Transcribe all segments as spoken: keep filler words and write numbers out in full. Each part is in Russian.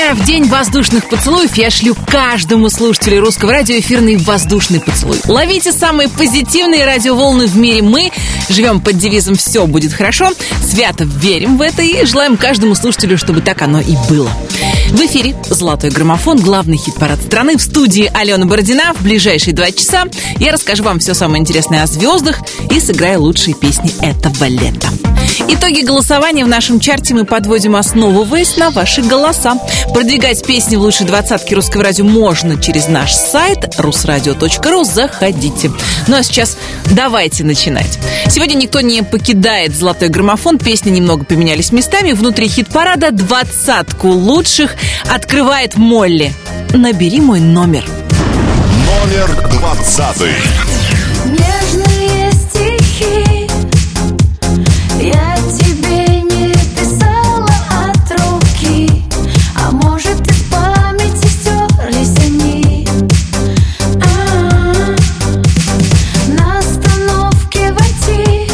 Друзья, в день воздушных поцелуев я шлю каждому слушателю Русского радио эфирный воздушный поцелуй. Ловите самые позитивные радиоволны в мире. Мы живем под девизом «Все будет хорошо», свято верим в это и желаем каждому слушателю, чтобы так оно и было. В эфире «Золотой граммофон», главный хит-парад страны. В студии Алена Бородина. В ближайшие два часа я расскажу вам все самое интересное о звездах и сыграю лучшие песни этого лета. Итоги голосования в нашем чарте мы подводим, основываясь на ваши голоса. Продвигать песни в лучшей двадцатке Русского радио можно через наш сайт русрадио точка ру. Заходите. Ну а сейчас давайте начинать. Сегодня никто не покидает «Золотой граммофон». Песни немного поменялись местами. Внутри хит-парада двадцатку лучших открывает Молли. «Набери мой номер». Номер двадцатый. Нежные стихи я тебе не писала от руки, а может из памяти стерлись они. А-а-а. На остановке войти,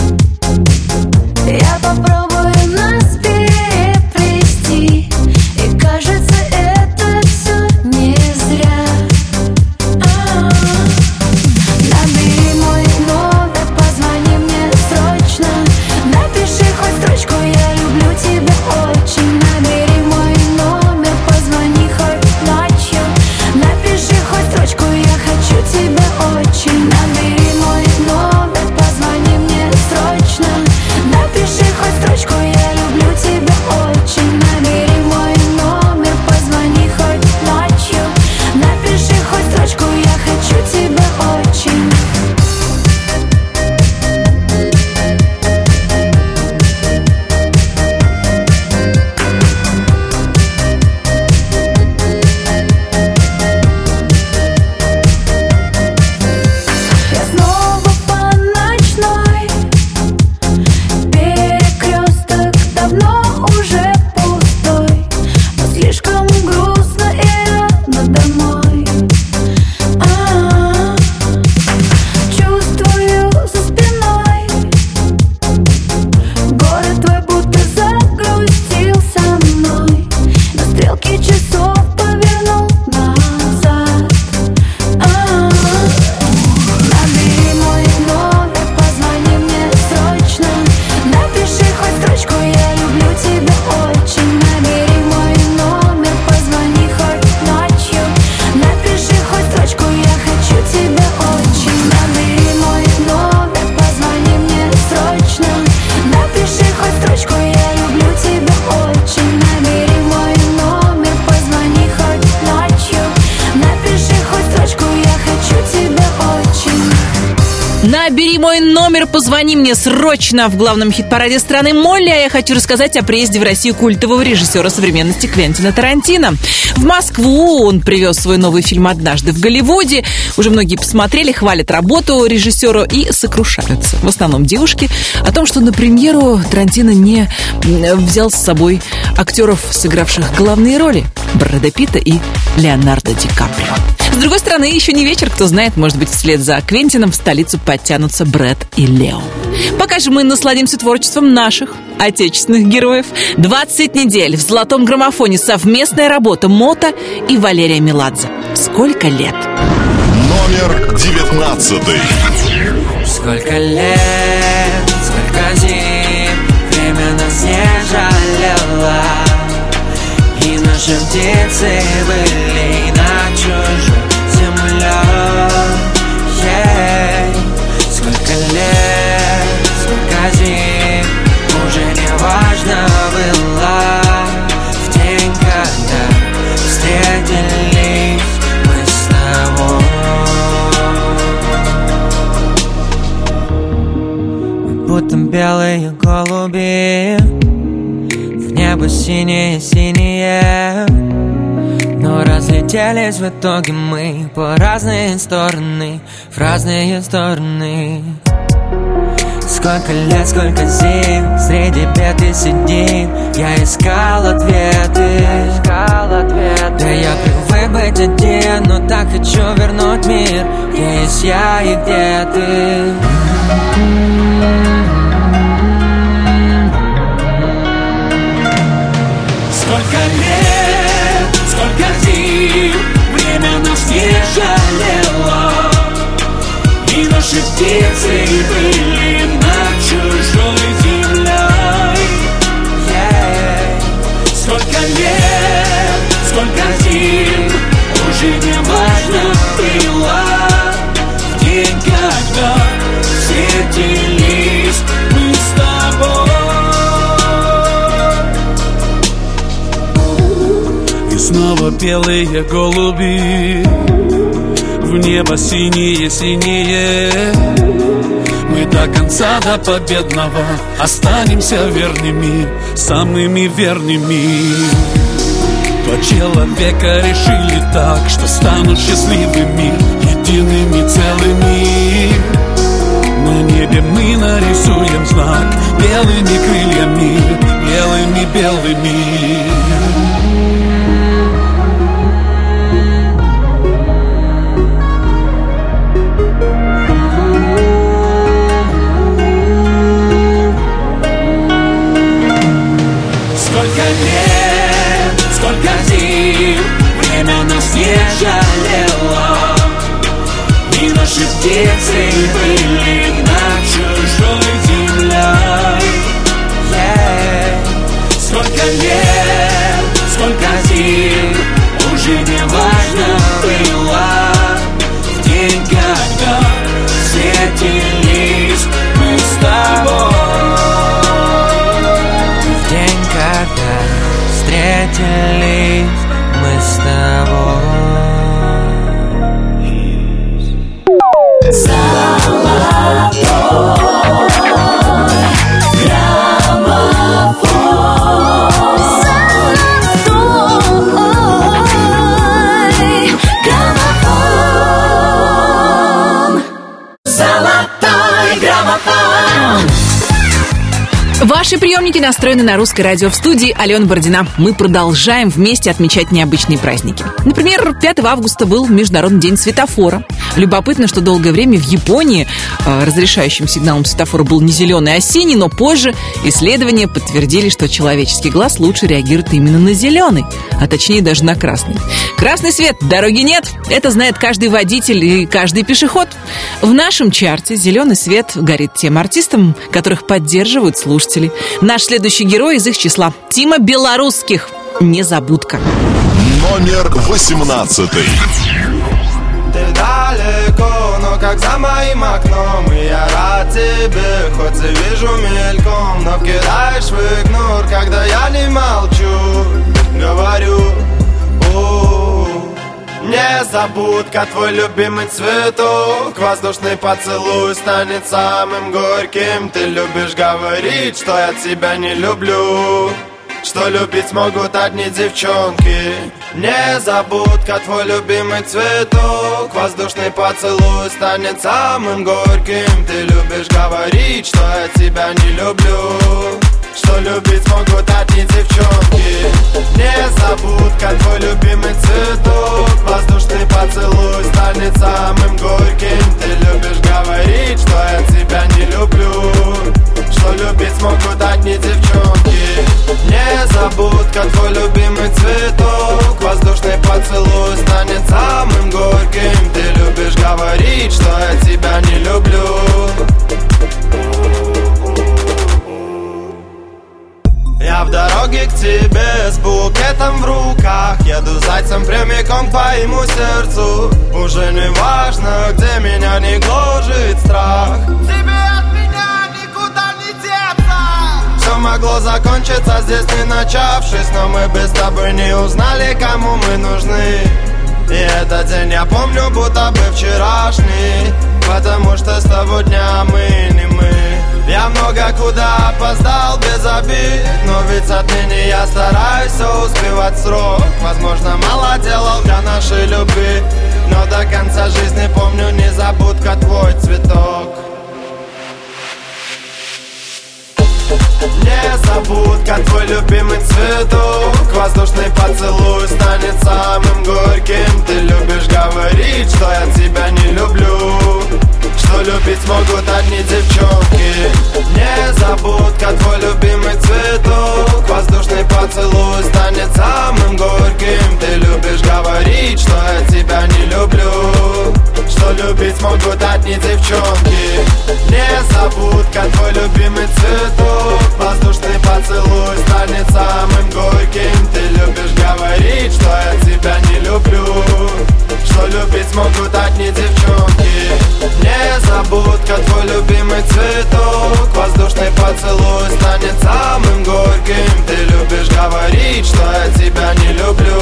я попробую нас переплести, и кажется, это все не зря. А-а-а. Набери мой номер, позвони мне срочно. Напиши хоть строчку, я люблю тебя очень. Набери мой номер, позвони хоть ночью. Напиши хоть строчку, я хочу тебя очень. Набери мой номер, позвони мне срочно. Напиши хоть строчку, я люблю тебя очень. Набери мой номер, позвони хоть ночью. Напиши хоть строчку, я хочу тебя очень. Я снова по ночной, перекресток давно уже пустой, но слишком грустно и рано домой. А-а-а. Чувствую за спиной, город твой будто загрустил со мной, но стрелки часов повернул назад. А-а-а. Набери мой номер, позвони мне срочно. Напиши хоть строчку, я люблю тебя очень. Набери мой номер, позвони хоть ночью. Напиши хоть строчку, я хочу тебя очень. Набери мой номер, позвони мне срочно. Напиши хоть строчку, я люблю тебя очень. Набери мой номер, позвони хоть ночью. Напиши хоть строчку, я хочу тебя очень. «Набери мой номер, позвони мне срочно» в главном хит-параде страны Молли. А я хочу рассказать о приезде в Россию культового режиссера современности Квентина Тарантино. В Москву он привез свой новый фильм «Однажды в Голливуде». Уже многие посмотрели, хвалят работу режиссера и сокрушаются. В основном девушки о том, что на премьеру Тарантино не взял с собой актеров, сыгравших главные роли – Брэда Питта и Леонардо Ди Каприо. С другой стороны, еще не вечер, кто знает, может быть, вслед за Квентином в столицу подтянутся Брэд и Лео. Пока же мы насладимся творчеством наших отечественных героев. двадцать недель в «Золотом граммофоне» совместная работа Мота и Валерия Меладзе. Сколько лет? Номер девятнадцатый. Сколько лет, сколько зим, время нас не жалело, и наши птицы были на чужой земле. Yeah. Сколько лет, сколько зим, уже не важно было в день, когда встретились мы с тобой. Мы будто белые голуби, в небо синее-синее, но разлетелись в итоге мы по разные стороны, в разные стороны. Сколько лет, сколько зим, среди бед и седин я искал ответы, искал ответы. Да я привык быть один, но так хочу вернуть мир, где есть я и где ты. Сколько лет, птицы были над чужой землей. Yeah. Сколько лет, сколько зим, уже не важно было. В день, когда встретились мы с тобой. И снова белые голуби, в небо синие-синие. Мы до конца, до победного останемся верными, самыми верными. Два человека решили так, что станут счастливыми, едиными целыми. На небе мы нарисуем знак белыми крыльями, белыми-белыми. Жалела, и наши птицы были над чужой землей. Yeah. Сколько лет, сколько зим, уже не важно было. В день, когда встретились мы с тобой. В день, когда встретились мы с тобой. Ваши приемники настроены на Русское радио. В студии Алена Бородина. Мы продолжаем вместе отмечать необычные праздники. Например, пятого августа был Международный день светофора. Любопытно, что долгое время в Японии э, разрешающим сигналом светофора был не зеленый, а синий, но позже исследования подтвердили, что человеческий глаз лучше реагирует именно на зеленый, а точнее даже на красный. Красный свет, дороги нет. Это знает каждый водитель и каждый пешеход. В нашем чарте зеленый свет горит тем артистам, которых поддерживают слушатели. Наш следующий герой из их числа – Тима Белорусских. Незабудка. Номер восемнадцатый. Ты далеко, но как за моим окном. И я рад тебе, хоть и вижу мельком. Но вкидаешь в игнор, когда я не молчу. Говорю, у-у-у. Незабудка, твой любимый цветок. Воздушный поцелуй станет самым горьким. Ты любишь говорить, что я тебя не люблю, что любить могут одни девчонки. Незабудка, твой любимый цветок. Воздушный поцелуй станет самым горьким. Ты любишь говорить, что я тебя не люблю, что любить могут одни девчонки. Незабудка, твой любимый цветок. Воздушный поцелуй станет самым горьким. Ты любишь говорить, что я тебя не люблю, что любить могут одни девчонки. Незабудка, твой любимый цветок. Воздушный поцелуй станет самым горьким. Ты любишь говорить, что я тебя не люблю. Я в дороге к тебе с букетом в руках. Еду зайцем прямиком к твоему сердцу. Уже не важно, где меня не гложет страх. Тебе от меня никуда не деться. Все могло закончиться здесь не начавшись, но мы без тобой не узнали, кому мы нужны. И этот день я помню, будто бы вчерашний, потому что с того дня мы не мы. Я много куда опоздал без обид, но ведь отныне я стараюсь все успевать срок. Возможно, мало делал для нашей любви, но до конца жизни помню незабудка твой цветок. Незабудка, твой любимый цветок. Воздушный поцелуй станет самым горьким. Ты любишь говорить, что я тебя не люблю, что любить могут одни девчонки. Незабудка, твой любимый цветок. Воздушный поцелуй станет самым горьким. Ты любишь говорить, что я тебя не люблю, что любить могут одни девчонки. любить смогут одни девчонки. Незабудка, твой любимый цветок, воздушный поцелуй станет самым горьким. Ты любишь говорить, что я тебя не люблю.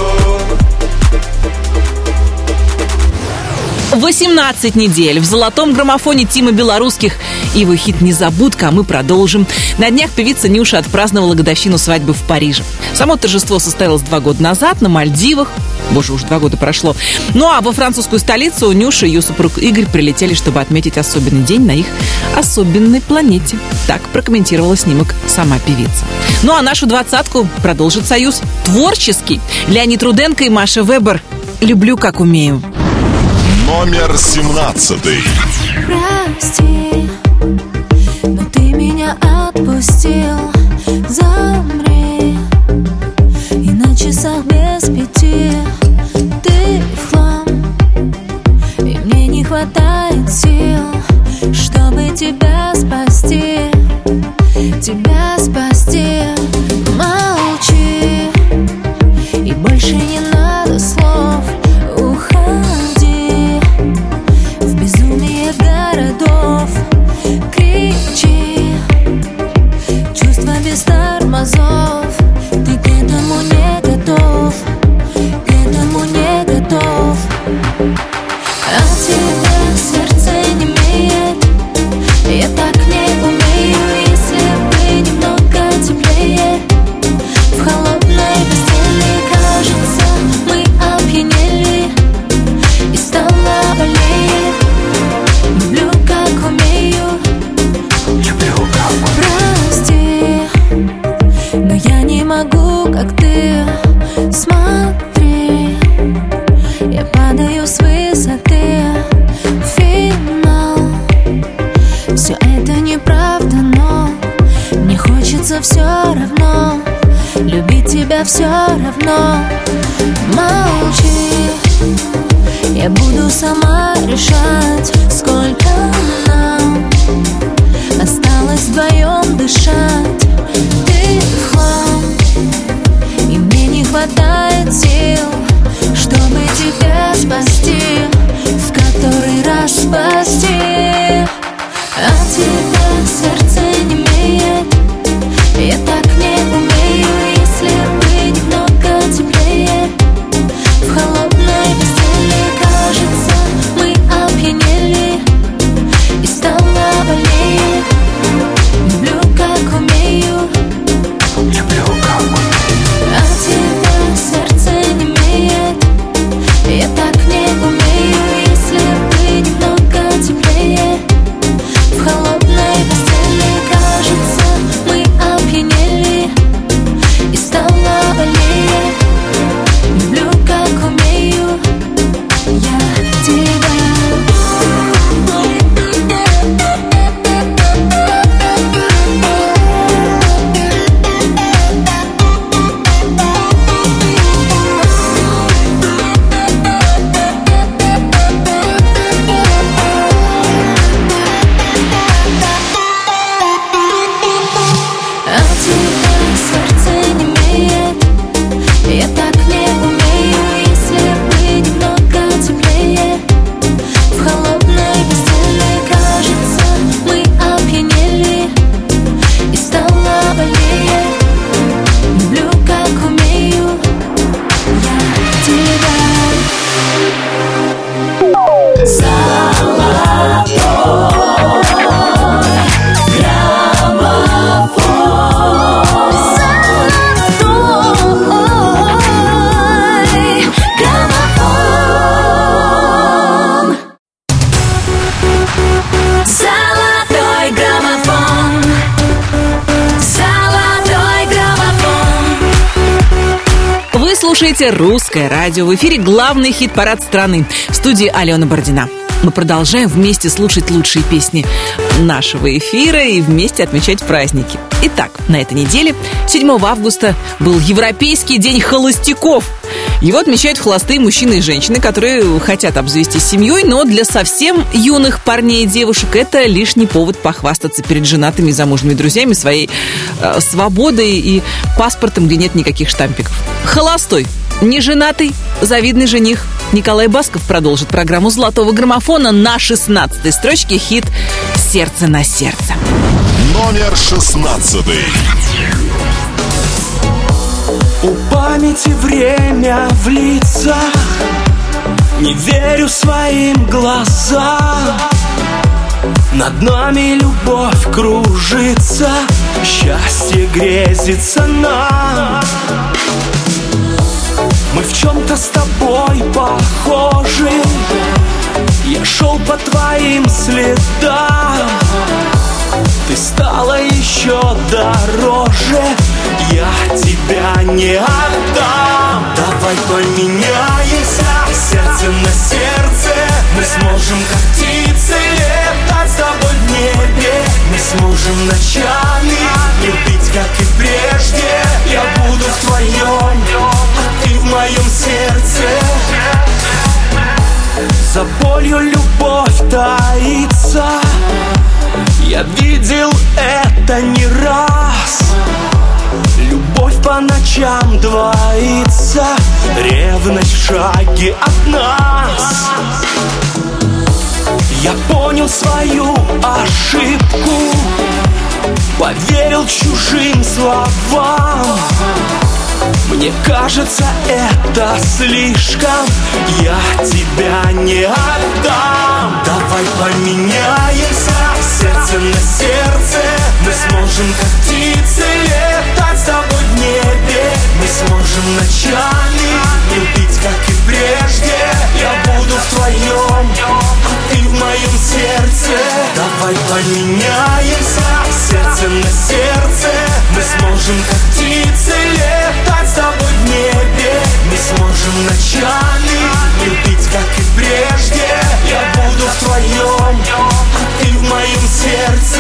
восемнадцать недель в золотом граммофоне Тима Белорусских. Его хит «Незабудка», а мы продолжим. На днях певица Нюша отпраздновала годовщину свадьбы в Париже. Само торжество состоялось два года назад на Мальдивах. Боже, уже два года прошло. Ну а во французскую столицу Нюша и ее супруг Игорь прилетели, чтобы отметить особенный день на их особенной планете. Так прокомментировала снимок сама певица. Ну а нашу двадцатку продолжит союз творческий. Леонид Руденко и Маша Вебер. «Люблю, как умею». Номер семнадцатый. Прости, но ты меня отпустил. Замри, и на часах без пяти ты в хлам, и мне не хватает сил, чтобы тебя спасти, тебя спасти. Молчи, и больше не надо слов. Уходи в безумие городов, кричи, чувства без тормозов. Ты к этому не готов, к этому не готов. От тебя сердце немеет, я так не умею. Если бы немного теплее, в холодной постели, кажется, мы опьянели, и стало больнее. Люблю, как умею, люблю, как умею. Прости, но я не могу, как ты. Смотри, я падаю с высоты. Финал, все это неправда, но мне хочется все равно любить тебя все равно. Молчи, я буду сама решать, сколько нам осталось вдвоем дышать. Ты в хлам, и мне не хватает сил, чтобы тебя спасти, в который раз спасти. От тебя сердце немеет, я так не умею. Если бы немного теплее, в холодной постели, кажется, мы опьянели, и стало больнее. Люблю, как умею, люблю, как умею. От тебя сердце немеет, я так не умею. Если бы немного теплее, в холодной постели, кажется, мы опьянели, и стало больнее. Люблю, как умею, я тебя. От тебя сердце немеет, я так не умею. Если бы немного теплее, в холодной постели, кажется, мы опьянели, и стало больнее. Люблю, как умею, я тебя. Золотой граммофон, золотой граммофон. Вы слушаете «Русское радио». В эфире главный хит-парад страны. В студии Алена Бородина. Мы продолжаем вместе слушать лучшие песни нашего эфира и вместе отмечать праздники. Итак, на этой неделе, седьмого августа, был Европейский день холостяков. Его отмечают холостые мужчины и женщины, которые хотят обзавестись семьей, но для совсем юных парней и девушек это лишний повод похвастаться перед женатыми и замужними друзьями своей э, свободой и паспортом, где нет никаких штампиков. Холостой. Неженатый, завидный жених Николай Басков продолжит программу «Золотого граммофона» на шестнадцатой строчке хит «Сердце на сердце». Номер шестнадцатый. У памяти время в лицах, не верю своим глазам. Над нами любовь кружится, счастье грезится нам. Мы в чем-то с тобой похожи, я шел по твоим следам. Ты стала еще дороже, я тебя не отдам. Давай поменяемся, сердце на сердце. Мы сможем как птицы летать с тобой в небе. Мы сможем ночами любить, как и прежде. Я буду в твоем, а ты в моем сердце. За болью любовь таится, я видел это не раз. Любовь по ночам двоится, ревность в шаге от нас. Я понял свою ошибку, поверил чужим словам. Мне кажется, это слишком, я тебя не отдам. Давай поменяемся, сердце на сердце. Мы сможем как птицы летать с тобой в небе. Мы сможем ночами любить, как и прежде. Я буду в твоем, а ты в моем сердце. Давай поменяемся, сердце на сердце. Мы сможем как птицы летать с тобой в небе. Мы сможем ночами любить, как и прежде. Я буду в твоем, а ты в моем сердце.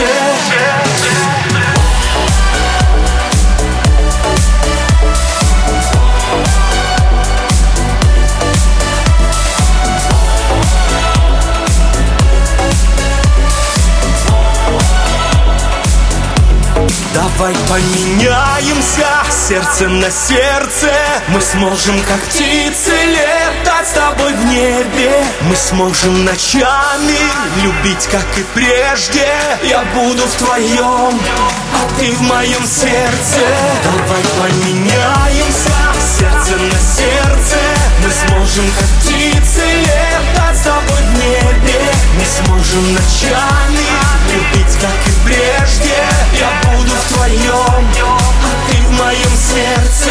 Давай поменяемся, сердце на сердце. Мы сможем как птицы летать с тобой в небе. Мы сможем ночами любить, как и прежде. Я буду в твоем, а ты в моем сердце. Давай поменяемся, сердце на сердце. Мы сможем как птицы летать с тобой в небе. Мы сможем ночами любить, как и прежде. Я буду в твоем, а ты в моем сердце.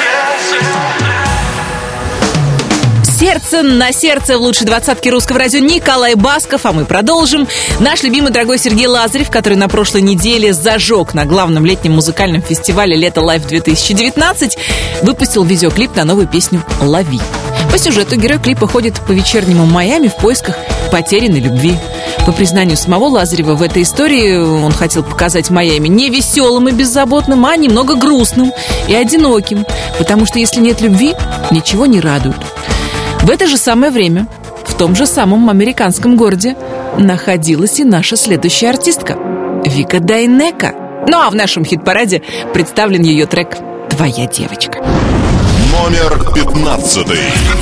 «Сердце на сердце» в лучшей двадцатке русского радио Николай Басков. А мы продолжим. Наш любимый дорогой Сергей Лазарев, который на прошлой неделе зажег на главном летнем музыкальном фестивале «Лето Лайв две тысячи девятнадцать», выпустил видеоклип на новую песню «Лови». По сюжету герой клипа ходит по вечернему Майами в поисках потерянной любви. По признанию самого Лазарева, в этой истории он хотел показать Майами не веселым и беззаботным, а немного грустным и одиноким, потому что если нет любви, ничего не радует. В это же самое время, в том же самом американском городе, находилась и наша следующая артистка – Вика Дайнеко. Ну а в нашем хит-параде представлен ее трек «Твоя девочка». Номер пятнадцатый.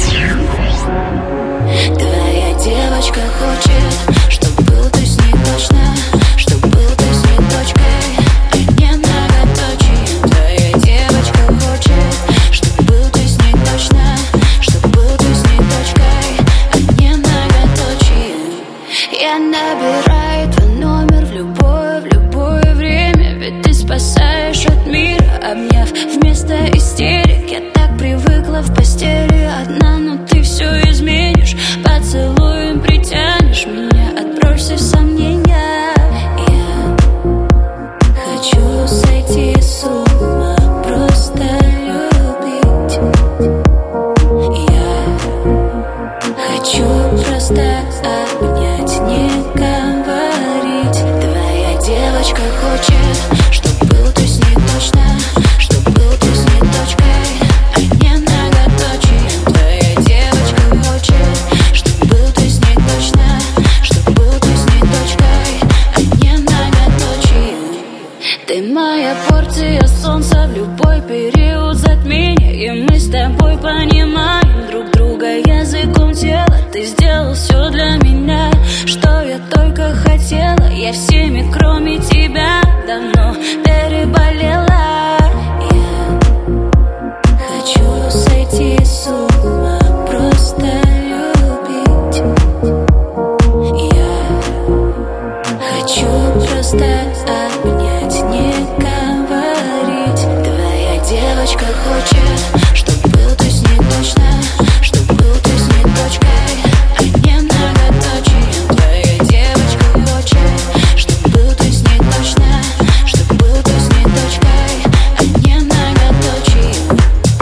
Твоя девочка хочет, чтоб был ты с ней точно, чтоб был ты с ней точкой, а не многоточием. Твоя девочка хочет, чтоб был ты с ней точно, чтоб был ты с ней точкой, а не многоточием. Я набираю твой номер в любое, в любое время, ведь ты спасаешь от мира, обняв вместо истерик. Я так привыкла в постели одна, но ты все изменишь. Поцелуем притянешь меня, отбросив сомнения. Я хочу сойти с ума, просто любить. Я хочу просто обнять, не говорить. Твоя девочка хочет, чтоб был ты с ней точно, чтоб был ты с ней точкой, а не многоточием. Твоя девочка хочет, чтоб был ты с ней точно, чтоб был ты с ней точкой, а не многоточием. Ты моя порция солнца в любой период затмения, и мы с тобой по ней все для меня, что я только хотела. Я всеми, кроме тебя, давно переболела. Я хочу сойти с ума, просто любить. Я хочу просто обнять, не говорить. Твоя девочка хочет, чтоб был ты с ней точно, чтоб был ты с ней точкой, а не многоточием. Твоя девочка хочет, чтоб был ты с ней точно, чтоб был ты с ней точкой, а не многоточием.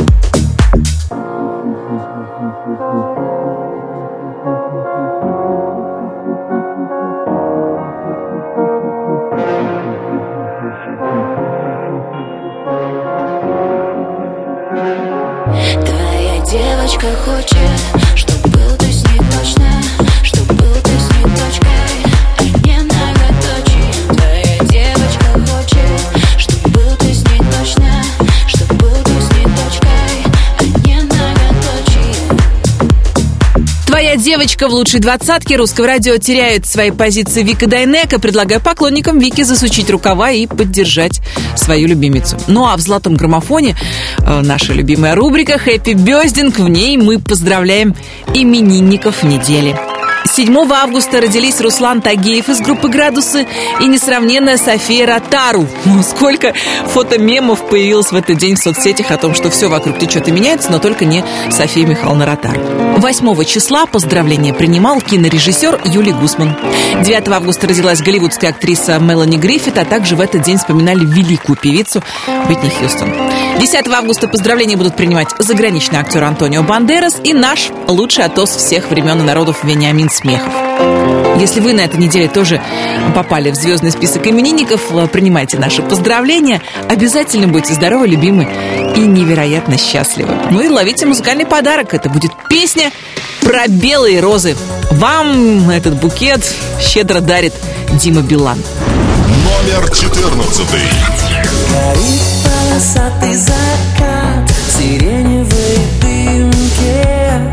Твоя девочка хочет, чтоб был ты с ней точно, чтоб был ты с ней точкой, а не многоточием. Твоя девочка хочет, чтоб был ты с ней точно, чтоб был ты с ней точкой, а не многоточием. Твоя девочка в лучшей двадцатке. Русского радио теряет свои позиции Вика Дайнеко. Предлагаю поклонникам Вики засучить рукава и поддержать свою любимицу. Ну а в золотом граммофоне э, наша любимая рубрика «Хэппи Бёздинг». В ней мы поздравляем именинников недели. седьмого августа родились Руслан Тагеев из группы «Градусы» и несравненная София Ротару. Ну, сколько фотомемов появилось в этот день в соцсетях о том, что все вокруг течет и меняется, но только не София Михайловна Ротару. восьмого числа поздравления принимал кинорежиссер Юлий Гусман. девятого августа родилась голливудская актриса Мелани Гриффит, а также в этот день вспоминали великую певицу Уитни Хьюстон. десятого августа поздравления будут принимать заграничный актер Антонио Бандерас и наш лучший атос всех времен и народов Вениамин Смехов. Если вы на этой неделе тоже попали в звездный список именинников, принимайте наши поздравления. Обязательно будьте здоровы, любимы и невероятно счастливы. Ну и ловите музыкальный подарок. Это будет песня про белые розы. Вам этот букет щедро дарит Дима Билан. Номер четырнадцатый. Горит полосатый закат в сиреневой дымке.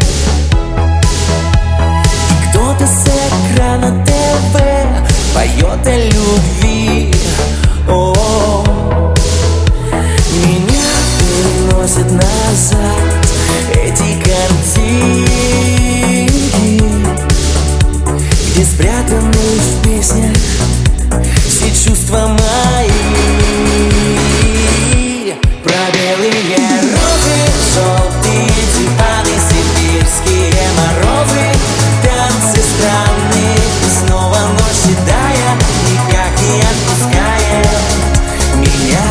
Кто-то с экрана ТВ поет о любви. О, меня переносят назад эти картинки, где спрятаны в песнях все чувства мои. Про белые розы, желтые тюльпаны, сибирские морозы, танцы странные, и снова ночь седая никак не отпускает меня.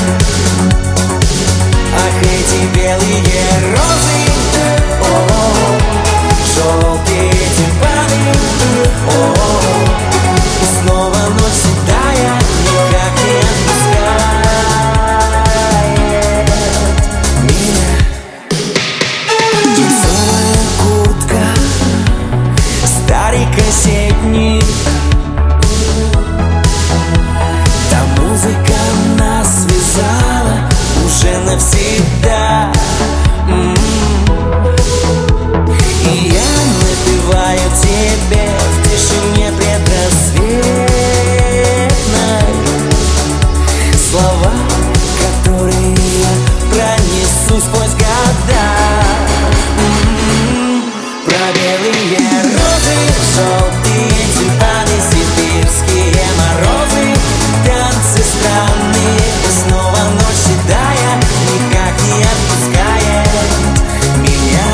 Ах, эти белые розы, о, желтые тюльпаны, о, и снова ночь седая никак не отпускает меня. Джинсовая куртка, старый кассетник, та музыка нас связала уже навсегда. М-м-м. И я напеваю тебе в тишине предрассветной слова, которые я пронесу сквозь года. М-м-м. Про белые розы, желтые тюльпаны, сибирские морозы, танцы странные, и снова ночь седая никак не отпускает меня.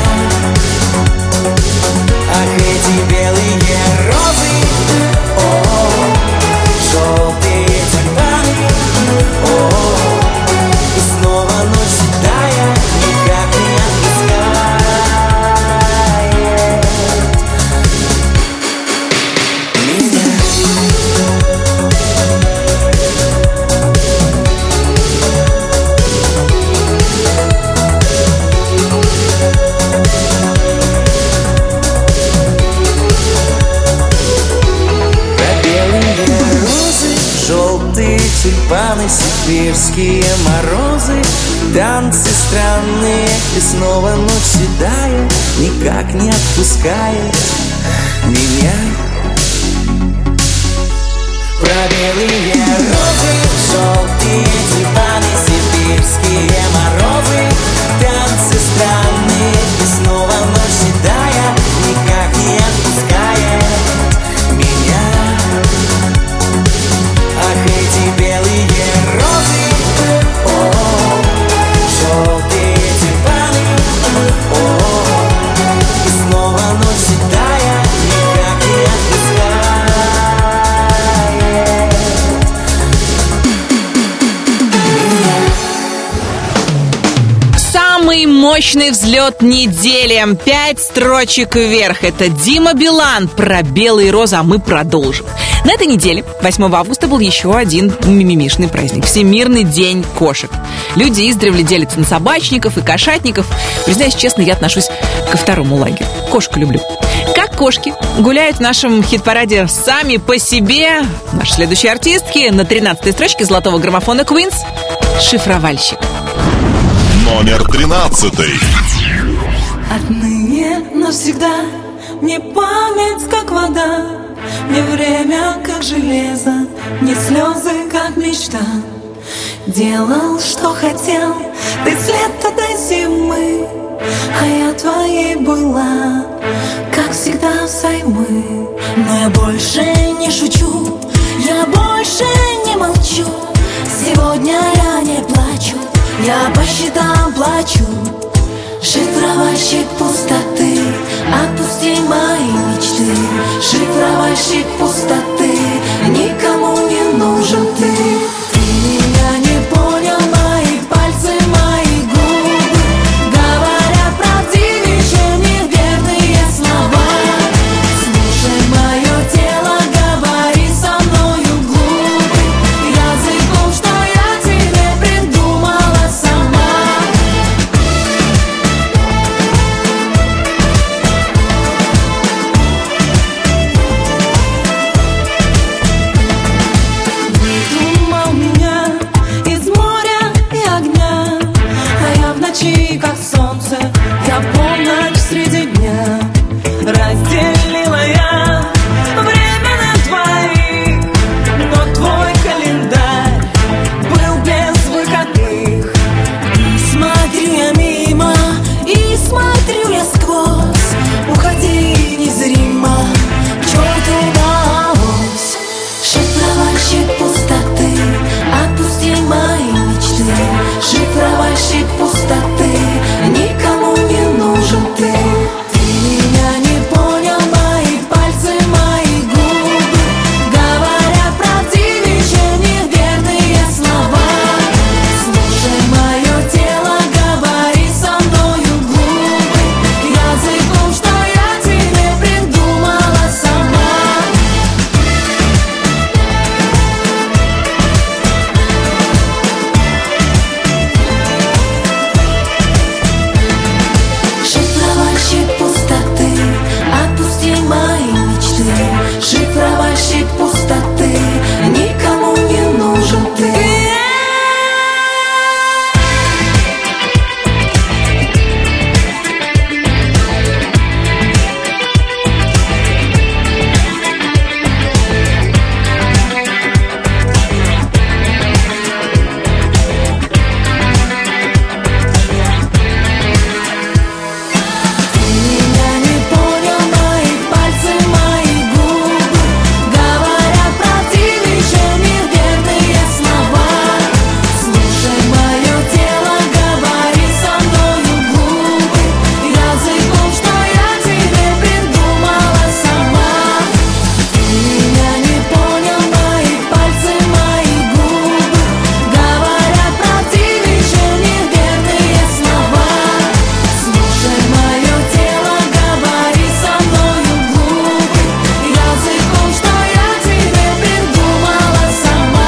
Ах, эти белые розы, о, желтые тюльпаны, о, и снова ночь седая никак не отпускает меня. Про белые розы, желтые тюльпаны, сибирские морозы, танцы странные, и снова ночь седая никак не отпускает меня. мощный взлет недели. Пять строчек вверх. Это Дима Билан про белые розы, а мы продолжим. На этой неделе, восьмого августа, был еще один мимимишный праздник. Всемирный день кошек. Люди издревле делятся на собачников и кошатников. Признаюсь честно, я отношусь ко второму лагерю. Кошку люблю. Как кошки гуляют в нашем хит-параде сами по себе. Наши следующие артистки на тринадцатой строчке золотого граммофона Queens «Шифровальщик». Номер тринадцатый. Отныне навсегда мне память как вода, мне время как железо, мне слезы как мечта. Делал, что хотел, ты с лета до зимы, а я твоей была, как всегда взаймы. Но я больше не шучу, я больше не молчу. Сегодня я не плачу, я по счетам плачу. Шифровальщик пустоты, отпусти мои мечты. Шифровальщик пустоты, никому не нужен ты. Ты меня не понял, мои пальцы, мои губы говорят правдивее, чем неверные слова. Слушай мое тело, говори со мною глупый языком, что я тебе придумала сама. Выдумал меня из моря и огня, а я в ночи, как солнце, я полночь среди дня. Разделила я время на двоих, но твой календарь был без выходных. И смотрю я мимо, и смотрю я сквозь. Уходи незримо, к черту удалось. Шифровальщик пустоты, отпусти мои мечты. Шифровальщик пустоты, никому не нужен ты. Ты меня не понял, мои пальцы, мои губы говорят правдивее, чем неверные слова. Слушай мое тело, говори со мною глупый языком, что я тебе придумала сама. Шифровальщик пустоты, отпусти мои мечты. Шифровальщик пустоты, никому не нужен ты. Ты меня не понял, мои пальцы, мои губы говорят правдивее, чем неверные слова. Слушай мое тело, говори со мною глупый языком, что я тебе придумала сама. Ты меня не понял, мои пальцы, мои губы говорят правдивее, чем неверные слова. Слушай мое тело, говори со мною глупый языком, что я тебе придумала сама.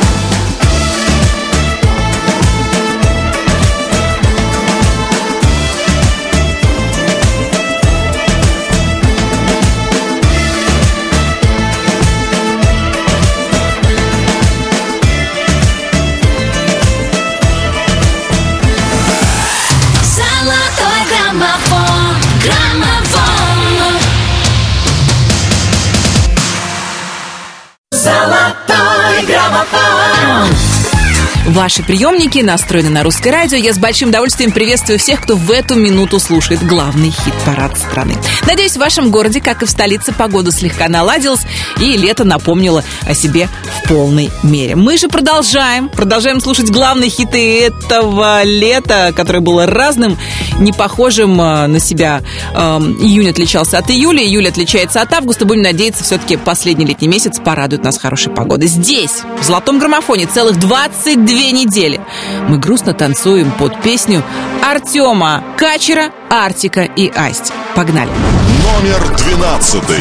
Золотой граммофон, граммофон. Золотой граммофон. Ваши приемники настроены на русское радио. Я с большим удовольствием приветствую всех, кто в эту минуту слушает главный хит-парад страны. Надеюсь, в вашем городе, как и в столице, погода слегка наладилась и лето напомнило о себе в полной мере. Мы же продолжаем, продолжаем слушать главные хиты этого лета, которое было разным, не похожим э, на себя. Э, июнь отличался от июля, июль отличается от августа. Будем надеяться, все-таки последний летний месяц порадует нас хорошей погодой. Здесь, в золотом граммофоне, целых двадцать две две недели. Мы грустно танцуем под песню Артема Качера, Артика и Асти. Погнали. Номер двенадцатый.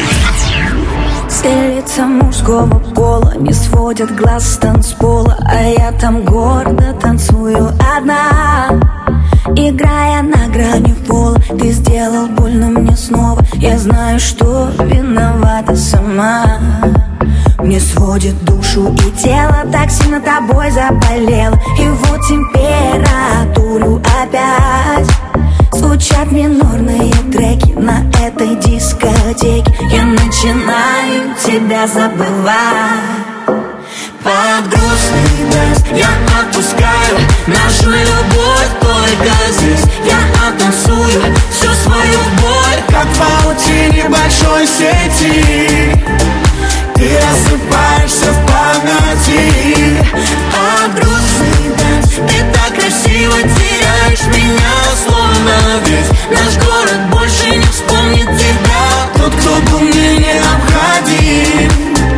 Все лица мужского пола не сводят глаз с танцпола, а я там гордо танцую одна. Играя на грани пола, ты сделал больно мне снова. Я знаю, что виновата сама. Мне сводит душу и тело, так сильно тобой заболел. И вот температуру опять. Звучат минорные треки на этой дискотеке. Я начинаю тебя забывать. Под грустный дождь я отпускаю нашу любовь только здесь. Я оттанцую всю свою боль, как в паутине большой сети. Ты рассыпаешься в памяти. Под грустный дождь ты так красиво теряешь меня, словно весь наш город больше не вспомнит тебя. Тот, кто был мне необходим,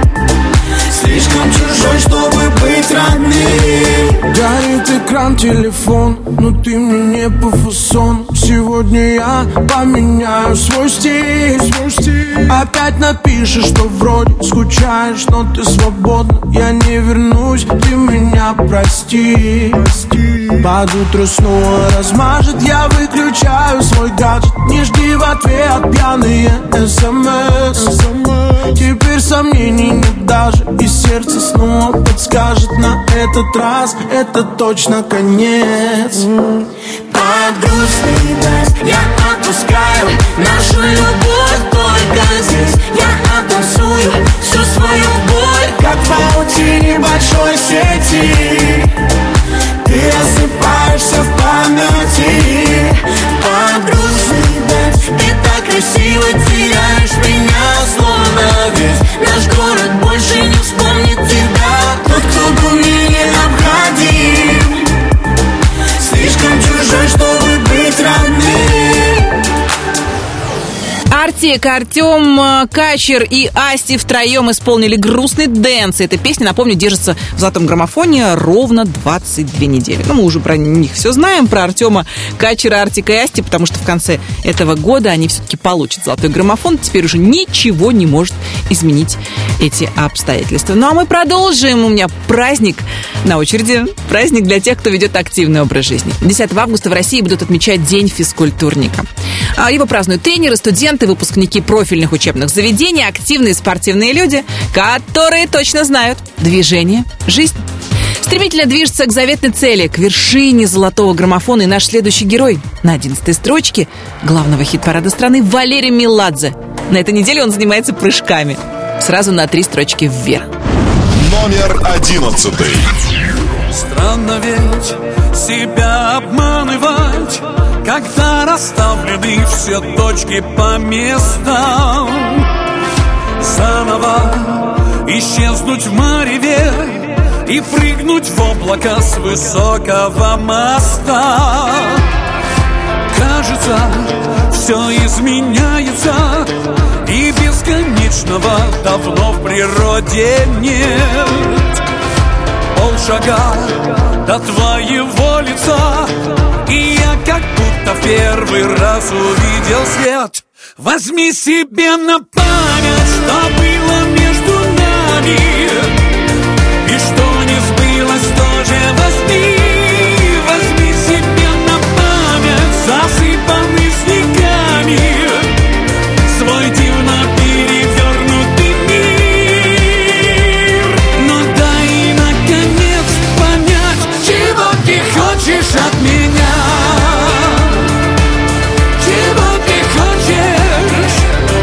слишком чужой, чтобы быть родным. Горит экран, телефон, но ты мне не по фасону. Сегодня я поменяю свой стиль, свой стиль. Опять напишешь, что вроде скучаешь, но ты свободна. Я не вернусь, ты меня прости, прости. Под утро снова размажет, я выключаю свой гаджет. Не жди в ответ пьяные смс. Теперь сомнений нет даже, и сердце снова подскажет: на этот раз это точно конец. Под грустный дождь я отпускаю нашу любовь только здесь. Я оттанцую всю свою боль, как в паутине большой сети. Ты рассыпаешься в памяти. Под грустный дождь ты так красиво теряешь меня, словно весь наш город больше не вспомнит тебя. Тот, кто был мне необходим, слишком чужой, чтобы быть родным. Артик, Артем Качер и Асти втроем исполнили грустный дэнс. Эта песня, напомню, держится в золотом граммофоне ровно двадцать две недели. Ну, мы уже про них все знаем, про Артема Качера, Артика и Асти, потому что в конце этого года они все-таки получат золотой граммофон. Теперь уже ничего не может изменить эти обстоятельства. Ну, а мы продолжим. У меня праздник на очереди. Праздник для тех, кто ведет активный образ жизни. десятого августа в России будут отмечать День физкультурника. Его празднуют тренеры, студенты, выпускники профильных учебных заведений, активные спортивные люди, которые точно знают: движение – жизнь. Стремительно движется к заветной цели, к вершине золотого граммофона и наш следующий герой. На одиннадцатой строчке главного хит-парада страны Валерий Меладзе. На этой неделе он занимается прыжками. Сразу на три строчки вверх. Номер одиннадцатый. Странно ведь себя обманывать, когда расставлены все точки по местам. Заново исчезнуть в мареве и прыгнуть в облака с высокого моста. Кажется, все изменяется, и бесконечного давно в природе нет. Полшага до твоего лица, и я как будто в первый раз увидел свет. Возьми себе на память, что было между нами, и что не сбылось, тоже возьми. Возьми себе на память засыпанный снегами свой дивно перевернутый мир. Но дай наконец понять, чего ты хочешь от меня. Чего ты хочешь?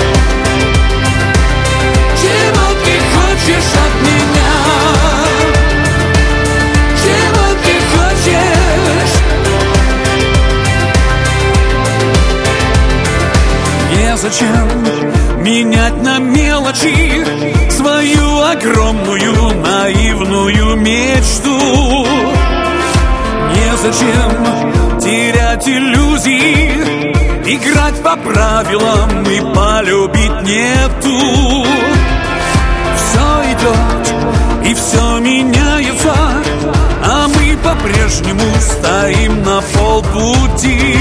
Чего ты хочешь от меня? Чего ты хочешь? Незачем менять на мелочи свою огромную наивную мечту. Незачем терять иллюзии, играть по правилам и полюбить нету. Все идет и все меняется, а мы по-прежнему стоим на полпути.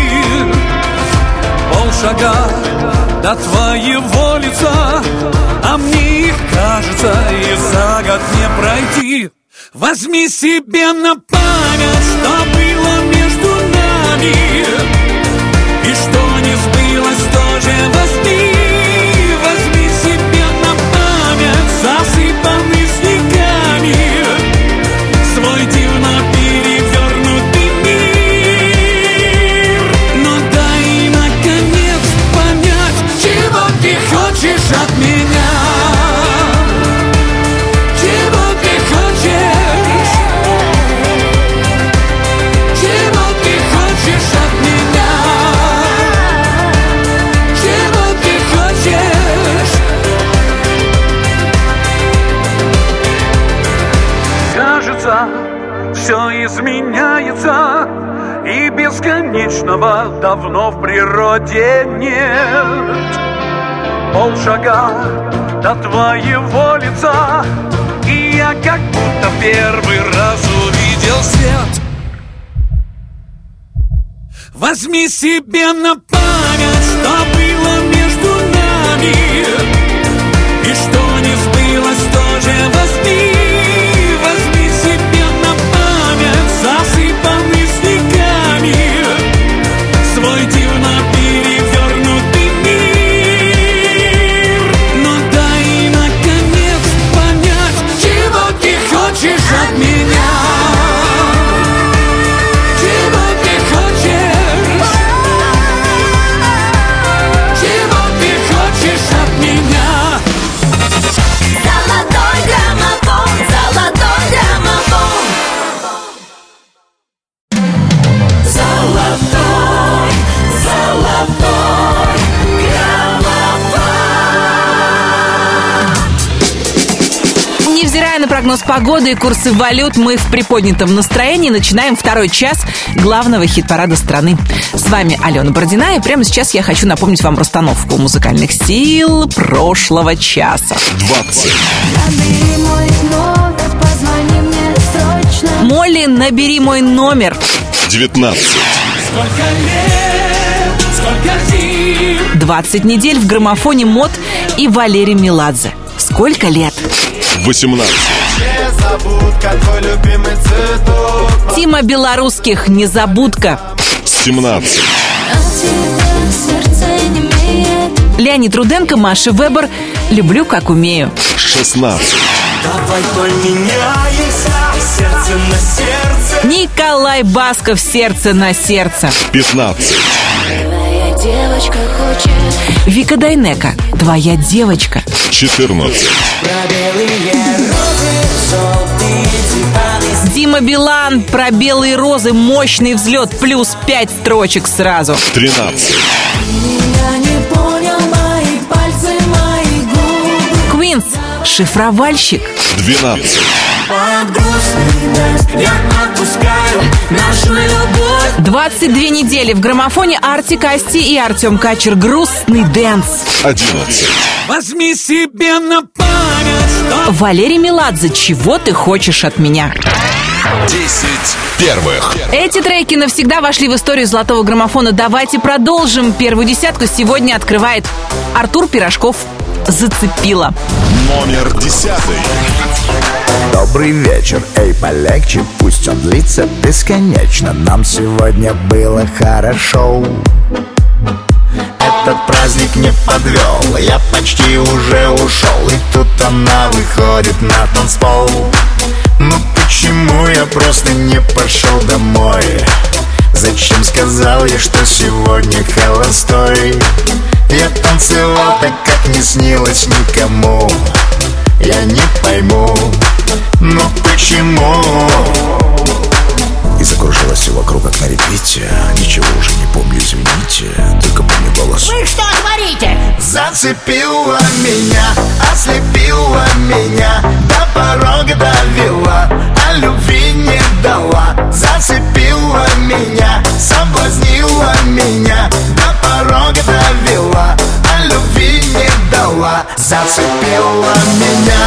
Полшага до твоего лица, а мне их, кажется, и за год не пройти. Возьми себе на память, что было между нами, и что не сбылось, тоже возьми. Возьми себе на память засыпанный снегами свой дивно перевернутый мир. Но дай, наконец, понять, чего ты хочешь от меня. Чего ты хочешь? Чего ты хочешь от меня? Чего ты хочешь? Кажется, все изменяется, и бесконечного давно в природе нет. Полшага до твоего лица, и я как будто первый раз увидел свет. Возьми себе на память, что было между нами, и что не сбылось, тоже возьми. Возьми себе на память засыпанный снегами свой дивно перевернутый мир. Но дай, наконец, понять, чего ты хочешь от меня. Чего ты хочешь? Чего ты хочешь от меня? Золотой граммофон, золотой граммофон. Золотой, золотой граммофон. Невзирая на прогноз погоды и курсы валют, мы в приподнятом настроении начинаем второй час главного хит-парада страны. С вами Алена Бородина, и прямо сейчас я хочу напомнить вам расстановку музыкальных сил прошлого часа. двадцать. Набери мой номер, позвони мне срочно. Молли, набери мой номер. девятнадцать. Сколько лет, сколько зим. двадцать недель в граммофоне МОД и Валерий Меладзе. Сколько лет? восемнадцать. Незабудка, твой любимый цветок. Тима Белорусских, незабудка. семнадцать. От тебя сердце немеет. Леонид Руденко, Маша Вебер, люблю, как умею. шестнадцать. Давай поменяемся, сердце на сердце. Николай Басков, сердце на сердце. пятнадцать. Твоя девочка хочет. Вика Дайнеко, твоя девочка. четырнадцать. Дима Билан, про белые розы, мощный взлет, плюс пять строчек сразу. тринадцать. Я не понял, мои пальцы, мои губы. Квинс, шифровальщик. двенадцать. Под грустный дождь я отпускаю нашу любовь. двадцать две недели в граммофоне Артик, Асти и Артем Качер. Грустный дэнс. одиннадцать. Возьми себе на память, что Валерий Меладзе, чего ты хочешь от меня? десять первых. Эти треки навсегда вошли в историю золотого граммофона. Давайте продолжим. Первую десятку сегодня открывает Артур Пирожков. Зацепила. Номер десятый. Добрый вечер, эй, полегче, пусть он длится бесконечно. Нам сегодня было хорошо. Этот праздник не подвел, я почти уже ушел. И тут она выходит на танцпол. Ну почему я просто не пошел домой? Зачем сказал я, что сегодня холостой? Я танцевал так, как не снилось никому. Я не пойму, но почему? И закружилось все вокруг, как на репите. Ничего уже не помню, извините. Только помню голос. Вы что творите? Зацепила меня, ослепила меня, до порога довела, а любви не дала. Зацепила меня, соблазнила меня, до порога довела, а любви не дала. Зацепила меня.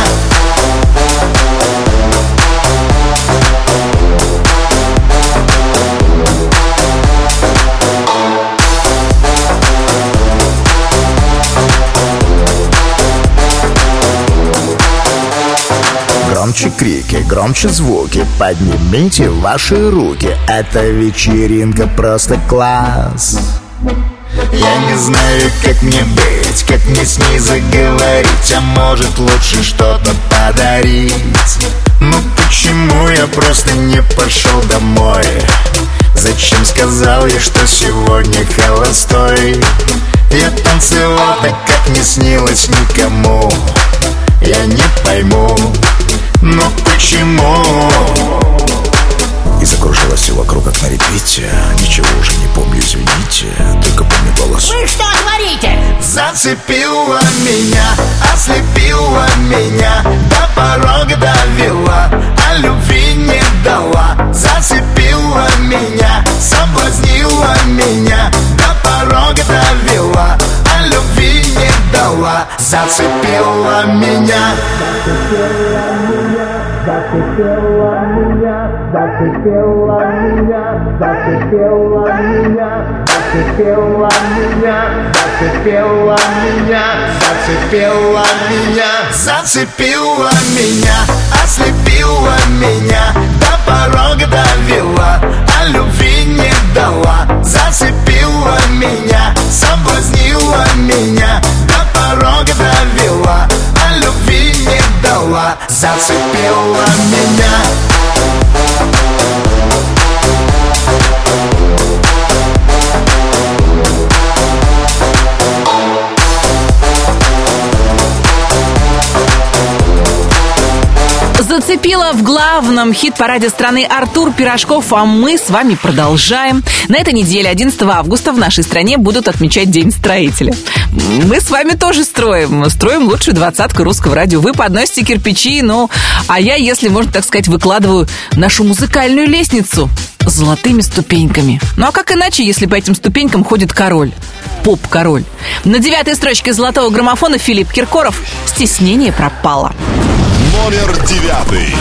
Громче крики, громче звуки, поднимите ваши руки. Эта вечеринка просто класс. Я не знаю, как мне быть, как мне с ней заговорить, а может лучше что-то подарить. Ну почему я просто не пошел домой? Зачем сказал я, что сегодня холостой? Я танцевал так, как не снилось никому. Я не пойму, но почему? И закружилось все вокруг, как на репите. Ничего уже не помню, извините, только помню голос. Вы что творите? Зацепила меня, ослепила меня, до порога довела, а любви не дала. Зацепила меня, соблазнила меня, до порога довела, а любви не дала. Зацепила меня, зацепила меня, зацепила меня, зацепила меня, зацепила меня, зацепила меня, зацепила меня, зацепила меня, ослепила меня, до порога довела, а любви не дала. Зацепила меня, соблазнила меня, до порога довела, а любви не дала. Зацепила меня. Зацепила в главном хит-параде страны Артур Пирожков, а мы с вами продолжаем. На этой неделе, одиннадцатого августа, в нашей стране будут отмечать День строителя. Мы с вами тоже строим. Строим лучшую двадцатку русского радио. Вы подносите кирпичи, ну, а я, если можно так сказать, выкладываю нашу музыкальную лестницу золотыми ступеньками. Ну, а как иначе, если по этим ступенькам ходит король? Поп-король. На девятой строчке золотого граммофона Филипп Киркоров «Стеснение пропало». Номер девятый.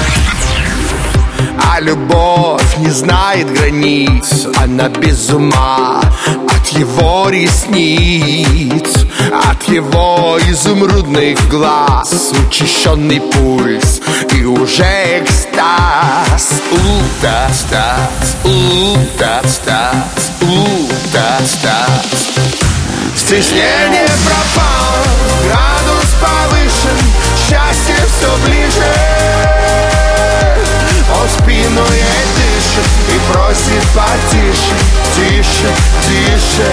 А любовь не знает границ, она без ума от его ресниц, от его изумрудных глаз, учащенный пульс и уже экстаз. У-та-стаз, у-та-стаз, у-та-стаз. Стеснение пропало, градус повышен, счастье все ближе. Он спиной ей дышит и просит потише, тише, тише.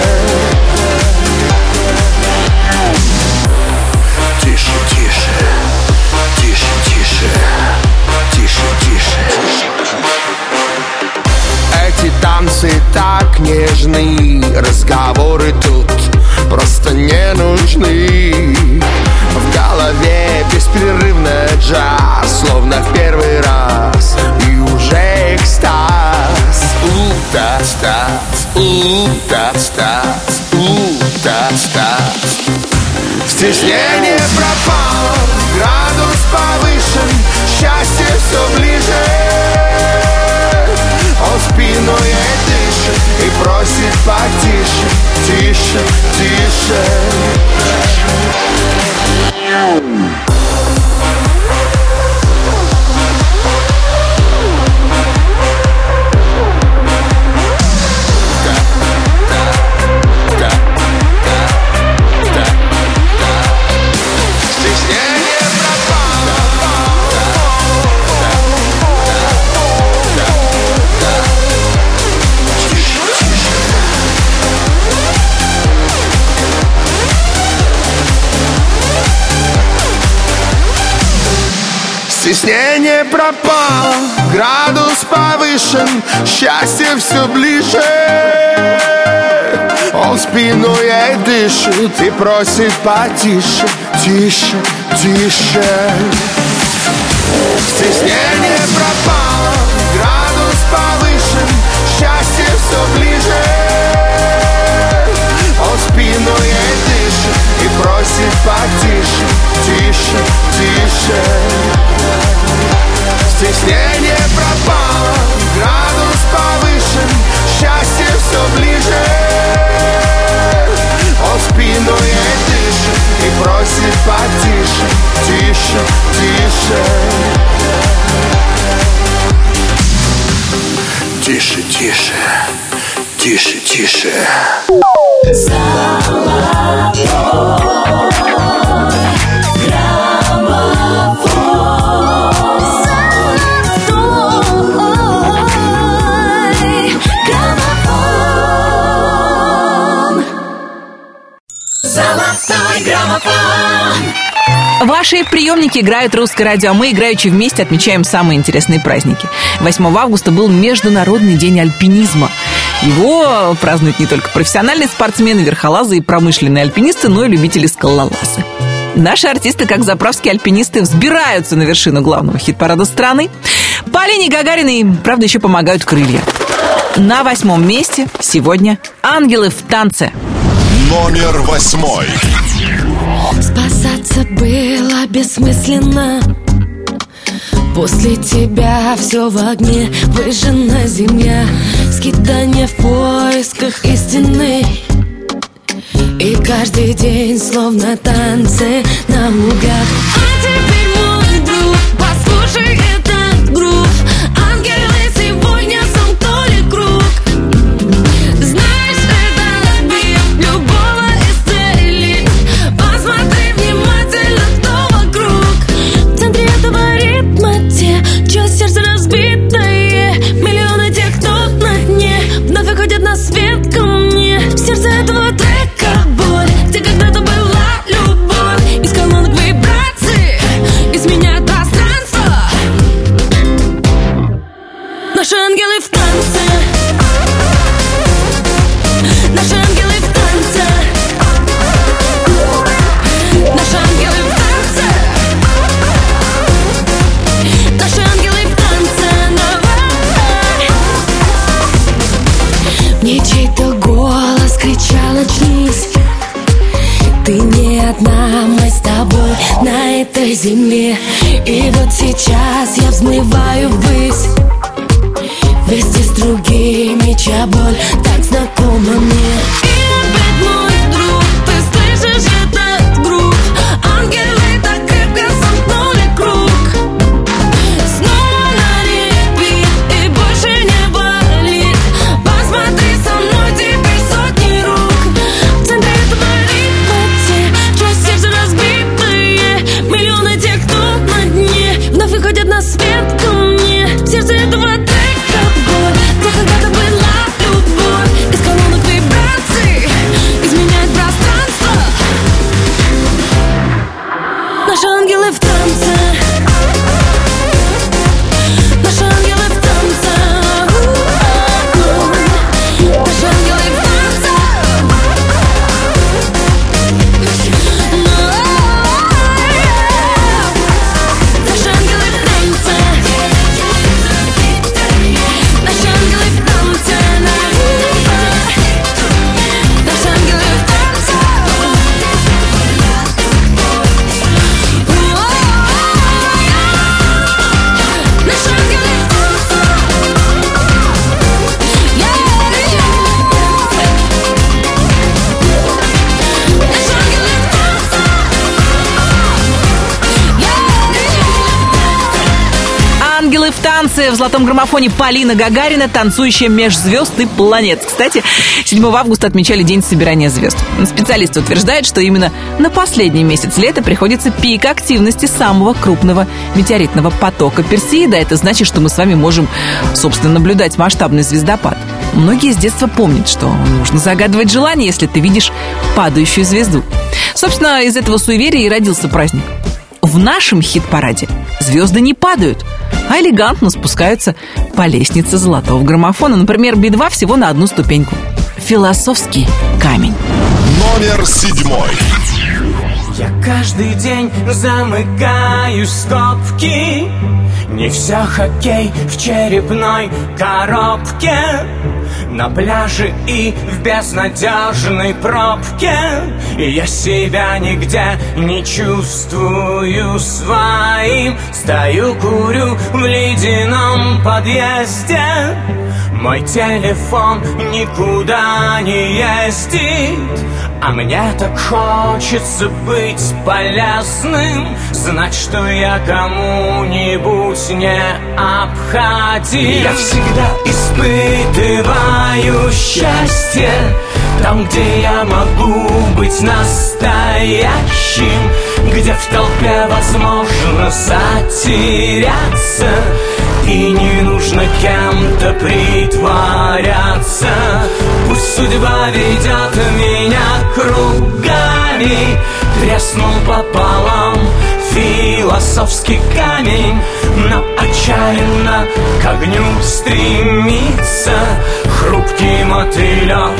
Тише, тише, тише, тише, тише, тише. Эти танцы так нежны, разговоры тут просто не нужны. В голове беспрерывно джаз, словно в первый раз, и уже экстаз. У-та-стаз, у-та-стаз, у-та-стаз. Стеснение пропало, градус повышен, счастье все ближе. Он спиной ей дышит и просит потише, тише, тише. Стеснение пропало, градус повышен, счастье все ближе. Он спиной ей дышит и просит потише, тише, тише. Стеснение пропало, градус повышен, счастье все ближе. Он спиной ей дышит и просит потише, тише, тише. Стеснение пропало, градус повышен, счастье все ближе. Он спиной ей дышит и просит потише, тише, тише. тише, тише, тише. Золотой граммофон. Ваши приемники играют русское радио, а мы, играючи вместе, отмечаем самые интересные праздники. восьмого августа был Международный день альпинизма. Его празднуют не только профессиональные спортсмены, верхолазы и промышленные альпинисты, но и любители скалолазы. Наши артисты, как заправские альпинисты, взбираются на вершину главного хит-парада страны. Полине Гагариной, правда, еще помогают крылья. На восьмом месте сегодня «Ангелы в танце». Номер восьмой. Спасаться было бессмысленно. После тебя все в огне, выжжена земля, скитание в поисках истины. И каждый день словно танцы наугад. А теперь, мой друг, послушай этот грув. Ангелы сегодня сомкнули круг. Знаешь, это бит любого из целей. Посмотри внимательно, кто вокруг. В центре этого ритма те, чье сердце разбитое. Миллионы тех, кто на дне, вновь выходят на свет ко мне. В сердце этого трека боль, где когда-то была любовь. Из колонок вибрации изменяют пространство. Наши ангелы в танце. Наши ангелы в танце. Наши ангелы в танце. Наши ангелы в танце. Давай. Мне чей-то голос кричал: очнись. Ты не одна, мы с тобой на этой земле. И вот сейчас я взмываю ввысь. Вместе с другими, чья боль так знакома мне. И опять, мой друг, ты слышишь этот грув? Ангелы так крепко сомкнули круг. Снова на репит и больше не болит. Посмотри со мной теперь сотни рук. В центре этого ритма те, чье сердце разбитое. Миллионы тех, кто на дне, вновь выходят на свет ко мне. В сердце этого трека боль, где когда-то была любовь. Из колонок вибраций изменяет пространство. Наши ангелы в танце. Наши ангелы в танце. Наши ангелы в танце. Наши ангелы в танце. Наши ангелы в танце. Наши ангелы в танце. Наши ангелы в танце. Наши ангелы в танце. «Ангелы в танце» в золотом граммофоне Полина Гагарина, танцующая меж звезд и планет. Кстати, седьмого августа отмечали День собирания звезд. Специалисты утверждают, что именно на последний месяц лета приходится пик активности самого крупного метеоритного потока Персеида. Это значит, что мы с вами можем, собственно, наблюдать масштабный звездопад. Многие с детства помнят, что нужно загадывать желание, если ты видишь падающую звезду. Собственно, из этого суеверия и родился праздник. В нашем хит-параде звезды не падают, а элегантно спускаются по лестнице золотого граммофона. Например, Би два всего на одну ступеньку. Философский камень. Номер седьмой. Я каждый день замыкаю скобки. Не все хоккей в черепной коробке. на пляже и в безнадежной пробке. И я себя нигде не чувствую своим. Стою, курю в ледяном подъезде. Мой телефон никуда не ездит, а мне так хочется быть полезным, знать, что я кому-нибудь необходим. Я всегда испытываю счастье там, где я могу быть настоящим, где в толпе возможно затеряться, и не нужно кем-то притворяться. Пусть судьба ведет меня кругами, треснул пополам философский камень, но отчаянно к огню стремится хрупкий мотылек,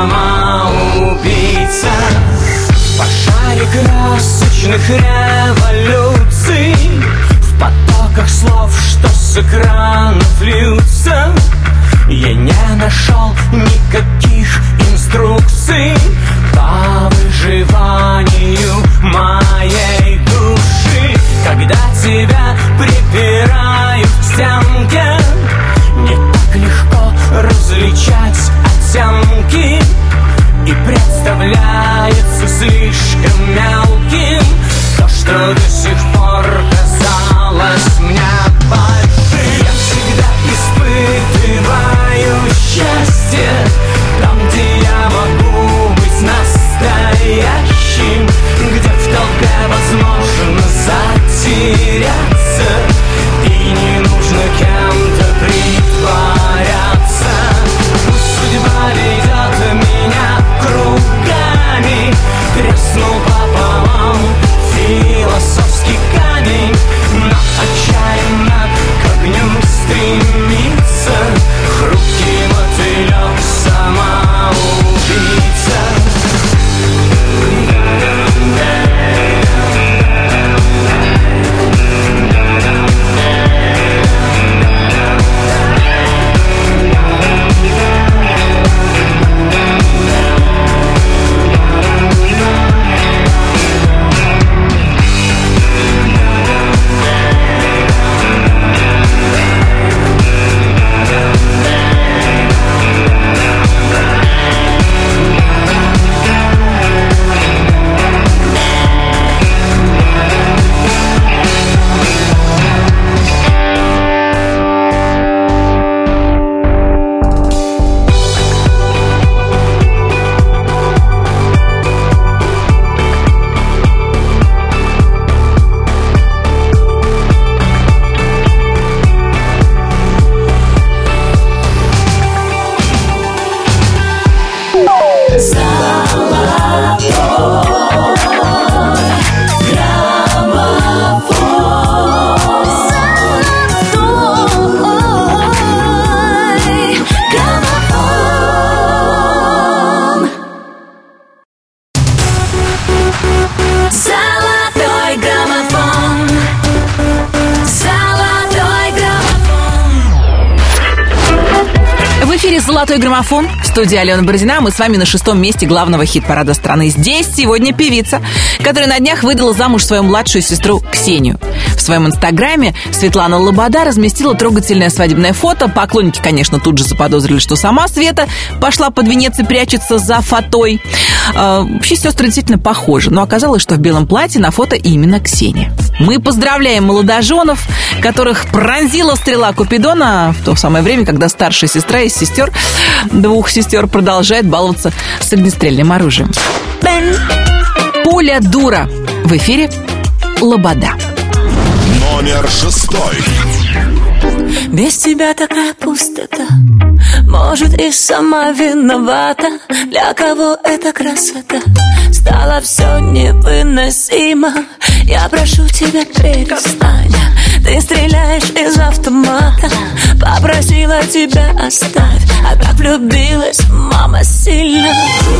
самоубийца. В пожаре красочных революций, в потоках слов, что с экранов льются, я не нашел никаких инструкций по выживанию моей души. Когда тебя припирают к стенке, не так легко различать оттенки, и представляется слишком мелким то, что до сих пор казалось мне большим. Я всегда испытываю счастье там, где я могу быть настоящим, где в толпе возможно затеряться, и не нужно кем-то притворяться. Пусть судьба ведет меня кругами, треснул пополам философский камень, но отчаянно к огню стремится хрупкий мотылек, самоубийца. «Золотой граммофон». В студии Алена Бородина. Мы с вами на шестом месте главного хит-парада страны. Здесь сегодня певица, которая на днях выдала замуж свою младшую сестру Ксению. В своем инстаграме Светлана Лобода разместила трогательное свадебное фото. Поклонники, конечно, тут же заподозрили, что сама Света пошла под венец и прячется за фатой. Э, вообще сестры действительно похожи, но оказалось, что в белом платье на фото именно Ксения. Мы поздравляем молодоженов, которых пронзила стрела Купидона в то самое время, когда старшая сестра из сестер, двух сестер, продолжает баловаться с огнестрельным оружием. Пуля дура. В эфире Лобода. Номер шестой. Без тебя такая пустота, может, и сама виновата. Для кого эта красота стала все невыносимо? Я прошу тебя, перестань. Ты стреляешь из автомата, попросила тебя оставь, а так влюбилась мама сильно.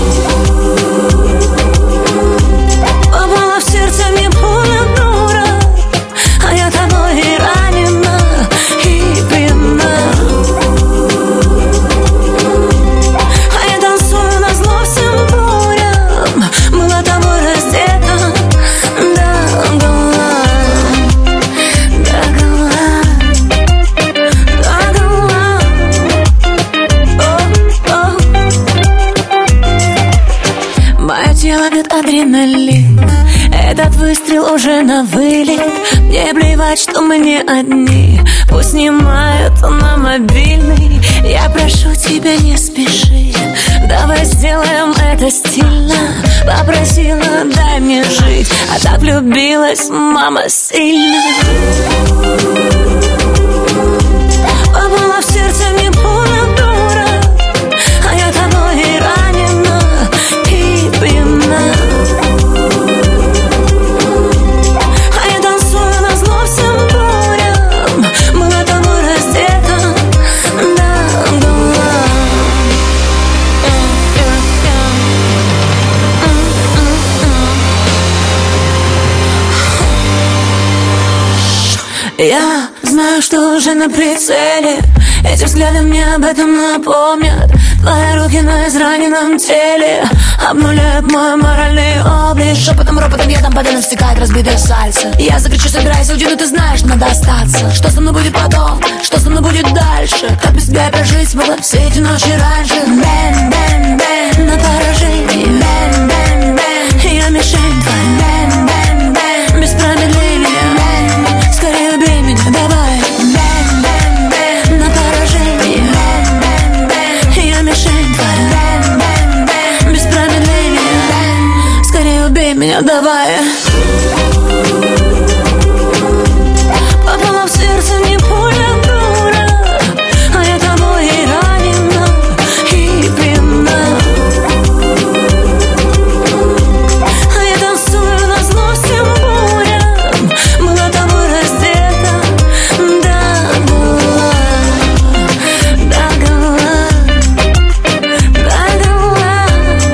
Попала в сердце мне пуля дура, а я тобой и ранена, и пьяна. ловит адреналин. Этот выстрел уже на вылет. Мне плевать, что мы не одни. Пусть снимают на мобильный. Я прошу тебя, не спеши. Давай сделаем это стильно. Попросила, дай мне жить. А так влюбилась мама сильно. Попала в сердце мне пуля дура. А я тобой и ранена, и пьяна. А я танцую назло всем бурям. Была тобой раздета до гола. Я знаю, что уже на прицеле. Эти взгляды мне об этом напомнят. Твои руки на израненном теле обнуляют мой моральный облик. Шепотом, ропотом, ядом подлинно стекает разбитое сальце. Я закричу, собирайся, уйди, но ты знаешь, надо остаться. Что со мной будет потом, что со мной будет дальше? Как без тебя прожить смогла все эти ночи раньше? Бэн, бэн, бэн, на поражении. Бэн, бэн, бэн, я мишень твоя. Бэн, бэн, бэн, без промедления. Бэн, скорее убей меня, давай. Бэн, бэн, бэн, на поражении. Бэн, бэн, бэн, я мишень твоя. Бэн, бэн, бэн, без промедления. Бэн, скорее убей меня, давай. Попала в сердце мне пуля дура. А я тобой и ранена, и пьяна. А я танцую назло всем бурям. Была тобой раздета до гола. До гола. До гола.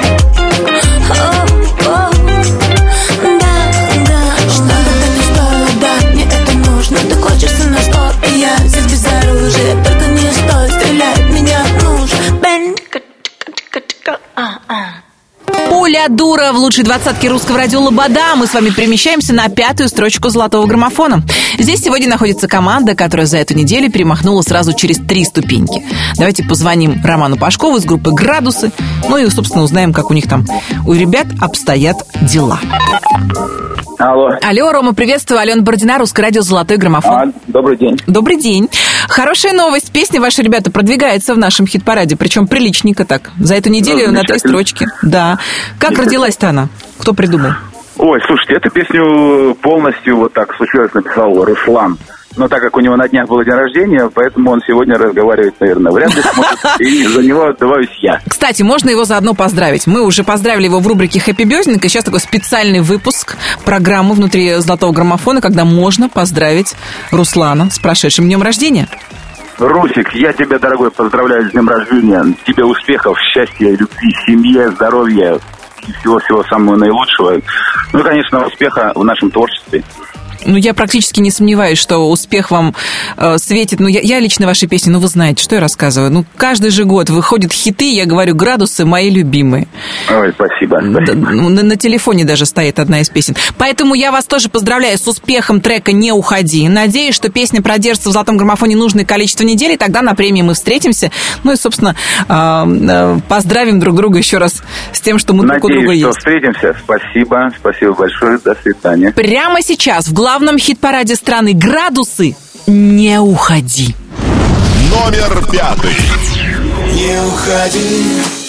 О-о. Да, да. Что бы ты ни стоило, да, мне это нужно. Ты хочешь на сто, и я здесь без оружия. Только не стой, стрелять в меня нужно. Бэн, чика-чика-чика, а-а. Пуля дура в лучшей двадцатке русского радио «Лобода». Мы с вами перемещаемся на пятую строчку золотого граммофона. Здесь сегодня находится команда, которая за эту неделю перемахнула сразу через три ступеньки. Давайте позвоним Роману Пашкову из группы «Градусы». Ну и, собственно, узнаем, как у них там, у ребят обстоят дела. Алло. Алло, Рома, приветствую. Алена Бородина, русское радио «Золотой граммофон». А, добрый день. Добрый день. Хорошая новость. Песня ваши, ребята, продвигается в нашем хит-параде. Причем приличненько так. За эту неделю ну, на три строчки. Да. Как родилась-то она? Кто придумал? Ой, слушайте, эту песню полностью вот так случилось написал Руслан. Но так как у него на днях был день рождения, поэтому он сегодня разговаривает, наверное, вряд ли сможет, и за него отдуваюсь я. Кстати, можно его заодно поздравить. Мы уже поздравили его в рубрике «Хэппи Бёздинг», и сейчас такой специальный выпуск программы внутри «Золотого граммофона», когда можно поздравить Руслана с прошедшим днем рождения. Русик, я тебя, дорогой, поздравляю с днем рождения. Тебе успехов, счастья, любви, семье, здоровья и всего-всего самого наилучшего. Ну и, конечно, успеха в нашем творчестве. Ну, я практически не сомневаюсь, что успех вам э, светит. Ну, я, я лично ваши песни, ну, вы знаете, что я рассказываю. Ну, каждый же год выходят хиты, я говорю, «Градусы» мои любимые. Ой, спасибо. спасибо. Да, на, на телефоне даже стоит одна из песен. Поэтому я вас тоже поздравляю с успехом трека «Не уходи». Надеюсь, что песня продержится в «Золотом граммофоне» нужное количество недель, и тогда на премии мы встретимся. Ну, и, собственно, э, э, поздравим друг друга еще раз с тем, что мы Надеюсь, друг у друга есть. Надеюсь, что встретимся. Спасибо. Спасибо большое. До свидания. Прямо сейчас в главном В главном хит-параде страны «Градусы» «Не уходи». Номер пятый. Не уходи,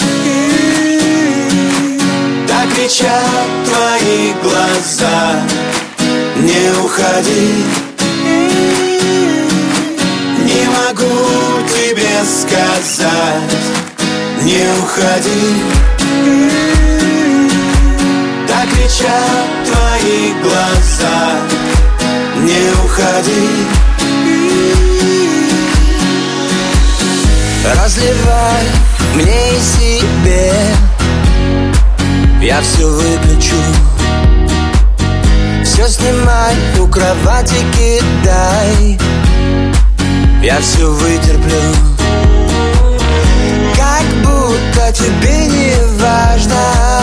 так кричат твои глаза. Не уходи, не могу тебе сказать. Не уходи, так кричат твои глаза. Не уходи, разливай мне и себе. Я все выключу, все снимай, у кровати кидай. Я все вытерплю, как будто тебе не важно.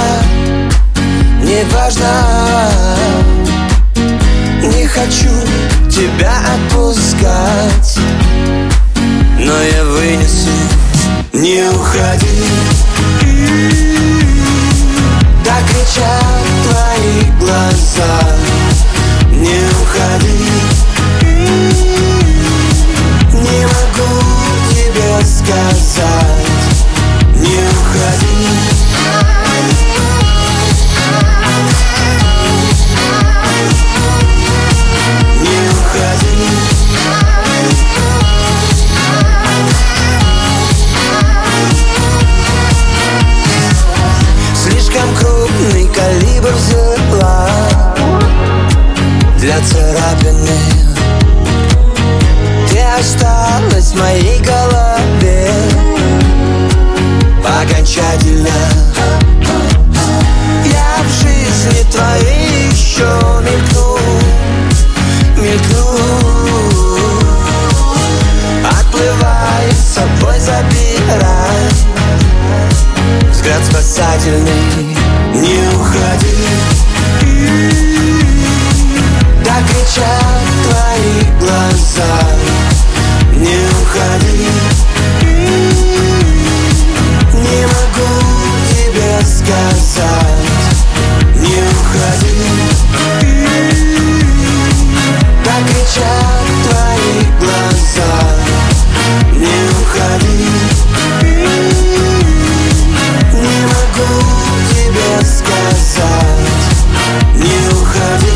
Не важно. Не хочу тебя отпускать, но я вынесу. Не уходи, так кричат глаза, не уходи. Не могу тебе сказать, не уходи. Не уходи. Слишком крупный калибр взяла для царапины. Ты осталась в моей голове окончательно. Я в жизни твоей еще мелькну, мелькну. Отплывай, с собой забирай взгляд спасательный. Не уходи. Так кричат твои глаза, не уходи. Не могу тебе сказать, не уходи. Так кричат твои глаза, не уходи. Не могу тебе сказать, не уходи.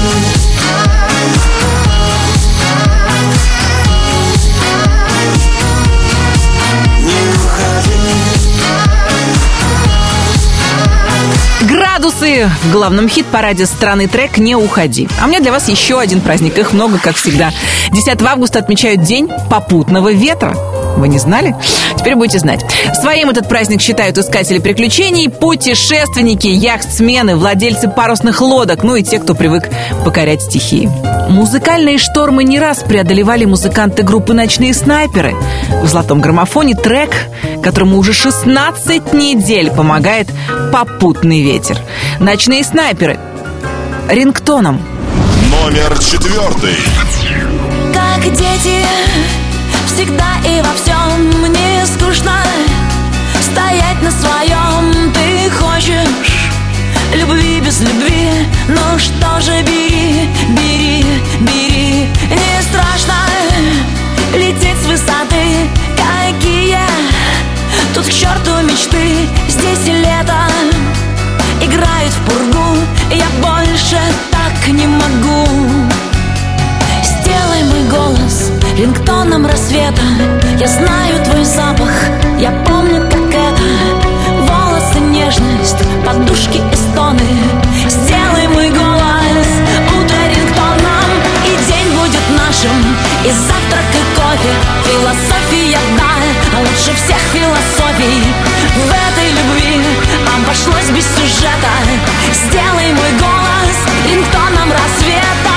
Градусы в главном хит-параде страны трек «Не уходи». А у меня для вас еще один праздник. Их много, как всегда. десятого августа отмечают День попутного ветра. Вы не знали? Теперь будете знать. Своим этот праздник считают искатели приключений, путешественники, яхтсмены, владельцы парусных лодок, ну и те, кто привык покорять стихии. Музыкальные штормы не раз преодолевали музыканты группы «Ночные снайперы». В «Золотом граммофоне» трек, которому уже шестнадцать недель помогает попутный ветер. «Ночные снайперы» рингтоном. Номер четвертый. Как дети, всегда и во всем мне скучно стоять на своем. Ты хочешь любви без любви, ну что же, бери, бери, бери. Не страшно лететь с высоты, какие тут к черту мечты. Здесь и лето играет в пургу, я больше так не могу. Сделай мой голос рингтоном рассвета. Я знаю твой запах, я помню, как это. Волосы, нежность, подушки и стоны. Сделай мой голос утро рингтоном, и день будет нашим, и завтрак, и кофе. Философия, да, а лучше всех философий. В этой любви обошлось без сюжета. Сделай мой голос рингтоном рассвета.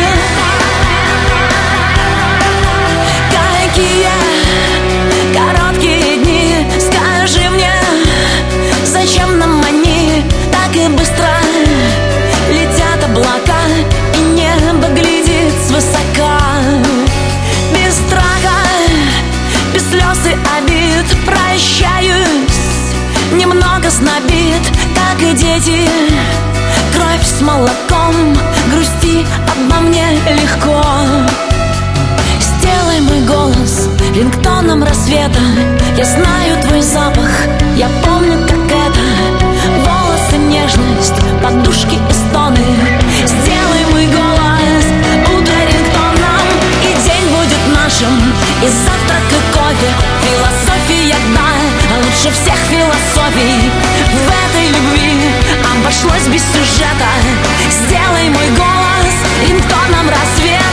Короткие дни, скажи мне, зачем нам они так и быстро летят облака, и небо глядит свысока. Без страха, без слез и обид прощаюсь, немного знобит, как и дети. Кровь с молоком, грусти обо мне легко. Сделай мой голос рингтоном рассвета. Я знаю твой запах, я помню, как это. Волосы, нежность, подушки и стоны. Сделай мой голос утро рингтоном, и день будет нашим, и завтрак, и кофе. Философия, да, а лучше всех философий. В этой любви обошлось без сюжета. Сделай мой голос рингтоном рассвета.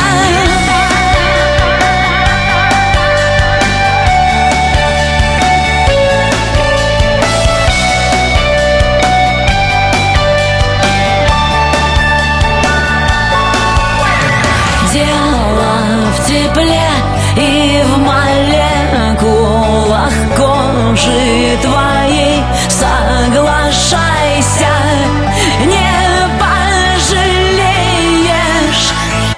И в молекулах кожи твоей соглашайся, не пожалеешь.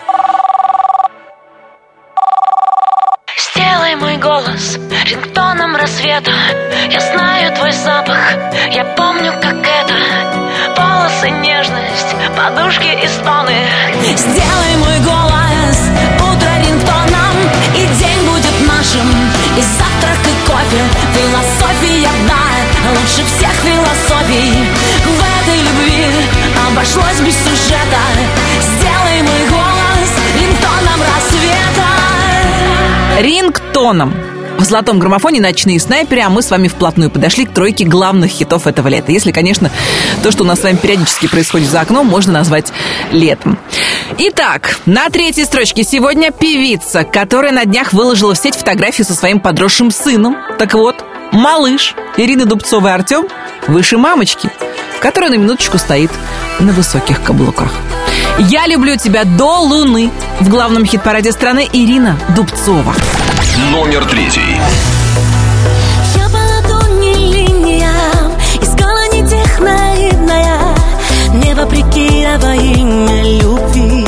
Сделай мой голос рингтоном рассвета. Я знаю твой запах, я помню, как это. Волосы, Секс и нежность, подушки и стоны. Сделай мой голос утро рингтоном, и день будет нашим, и завтрак, и кофе. Философия, да, лучше всех философий. В этой любви обошлось без сюжета. Сделай мой голос рингтоном рассвета. Рингтоном. В золотом граммофоне «Ночные снайперы», а мы с вами вплотную подошли к тройке главных хитов этого лета. Если, конечно, то, что у нас с вами периодически происходит за окном, можно назвать летом. Итак, на третьей строчке сегодня певица, которая на днях выложила в сеть фотографию со своим подросшим сыном. Так вот, малыш Ирины Дубцовой Артем выше мамочки, которая на минуточку стоит на высоких каблуках. «Я люблю тебя до луны». В главном хит-параде страны Ирина Дубцова. Номер третий. Я по ладони линиям искала не тех наивная, не вопреки, а во имя любви.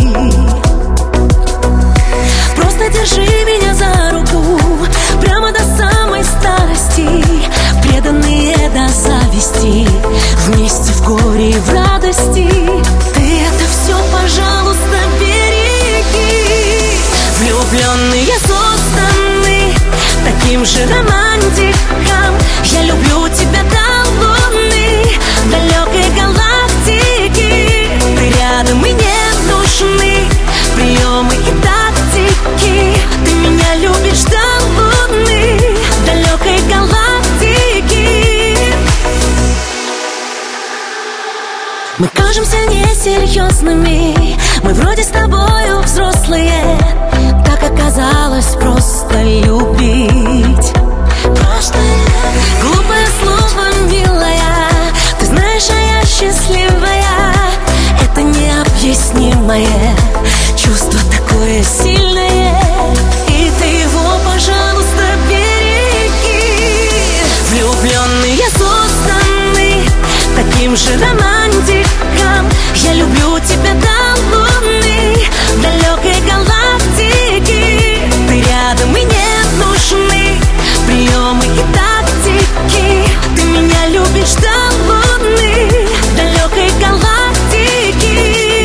Просто держи меня за руку прямо до самой старости, преданные до зависти, вместе в горе и в радости. Ты это все, пожалуйста, береги. Влюбленные созданы таким же романтиком. Я люблю тебя до луны, далекой галактики. Ты рядом и не нужны приемы и тактики. Ты меня любишь до луны, далекой галактики. Мы кажемся несерьезными, мы вроде с тобою взрослые. Так оказалось просто любить. Просто глупое слово, милая. Ты знаешь, а я счастливая. Это необъяснимое чувство такое сильное. И ты его, пожалуйста, береги. Влюбленные созданы таким же романтиком. Я люблю тебя до луны, далекой галактики. Ты рядом и не нужны приемы и тактики. Ты меня любишь до луны, далекой галактики.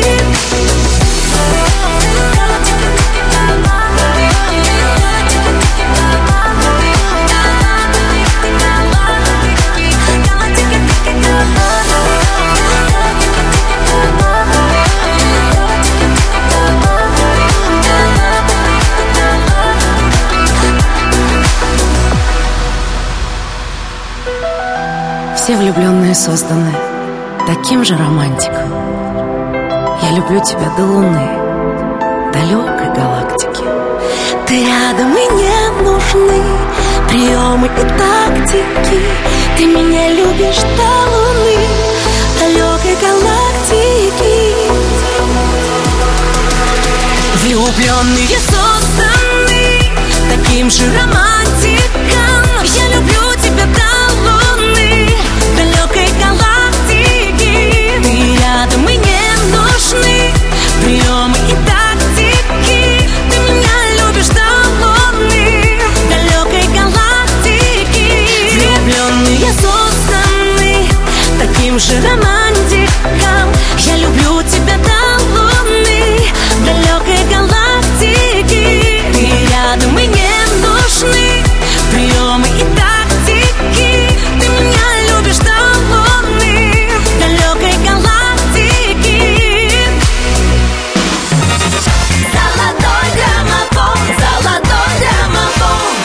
Все влюбленные созданы таким же романтиком. Я люблю тебя до луны, далекой галактики. Ты рядом и не нужны приемы и тактики. Ты меня любишь до луны, далекой галактики. Влюбленные созданы таким же романтиком. Я люблю тебя до луны, далекой галактики. Ты рядом и не нужны приемы и тактики. Ты меня любишь до луны, далекой галактики. Влюбленные созданы таким же романтиком. Я люблю тебя до луны, далекой галактики. Ты рядом и не нужны приемы и тактики. Ты меня любишь до луны, далекой галактики. Золотой граммофон, золотой граммофон.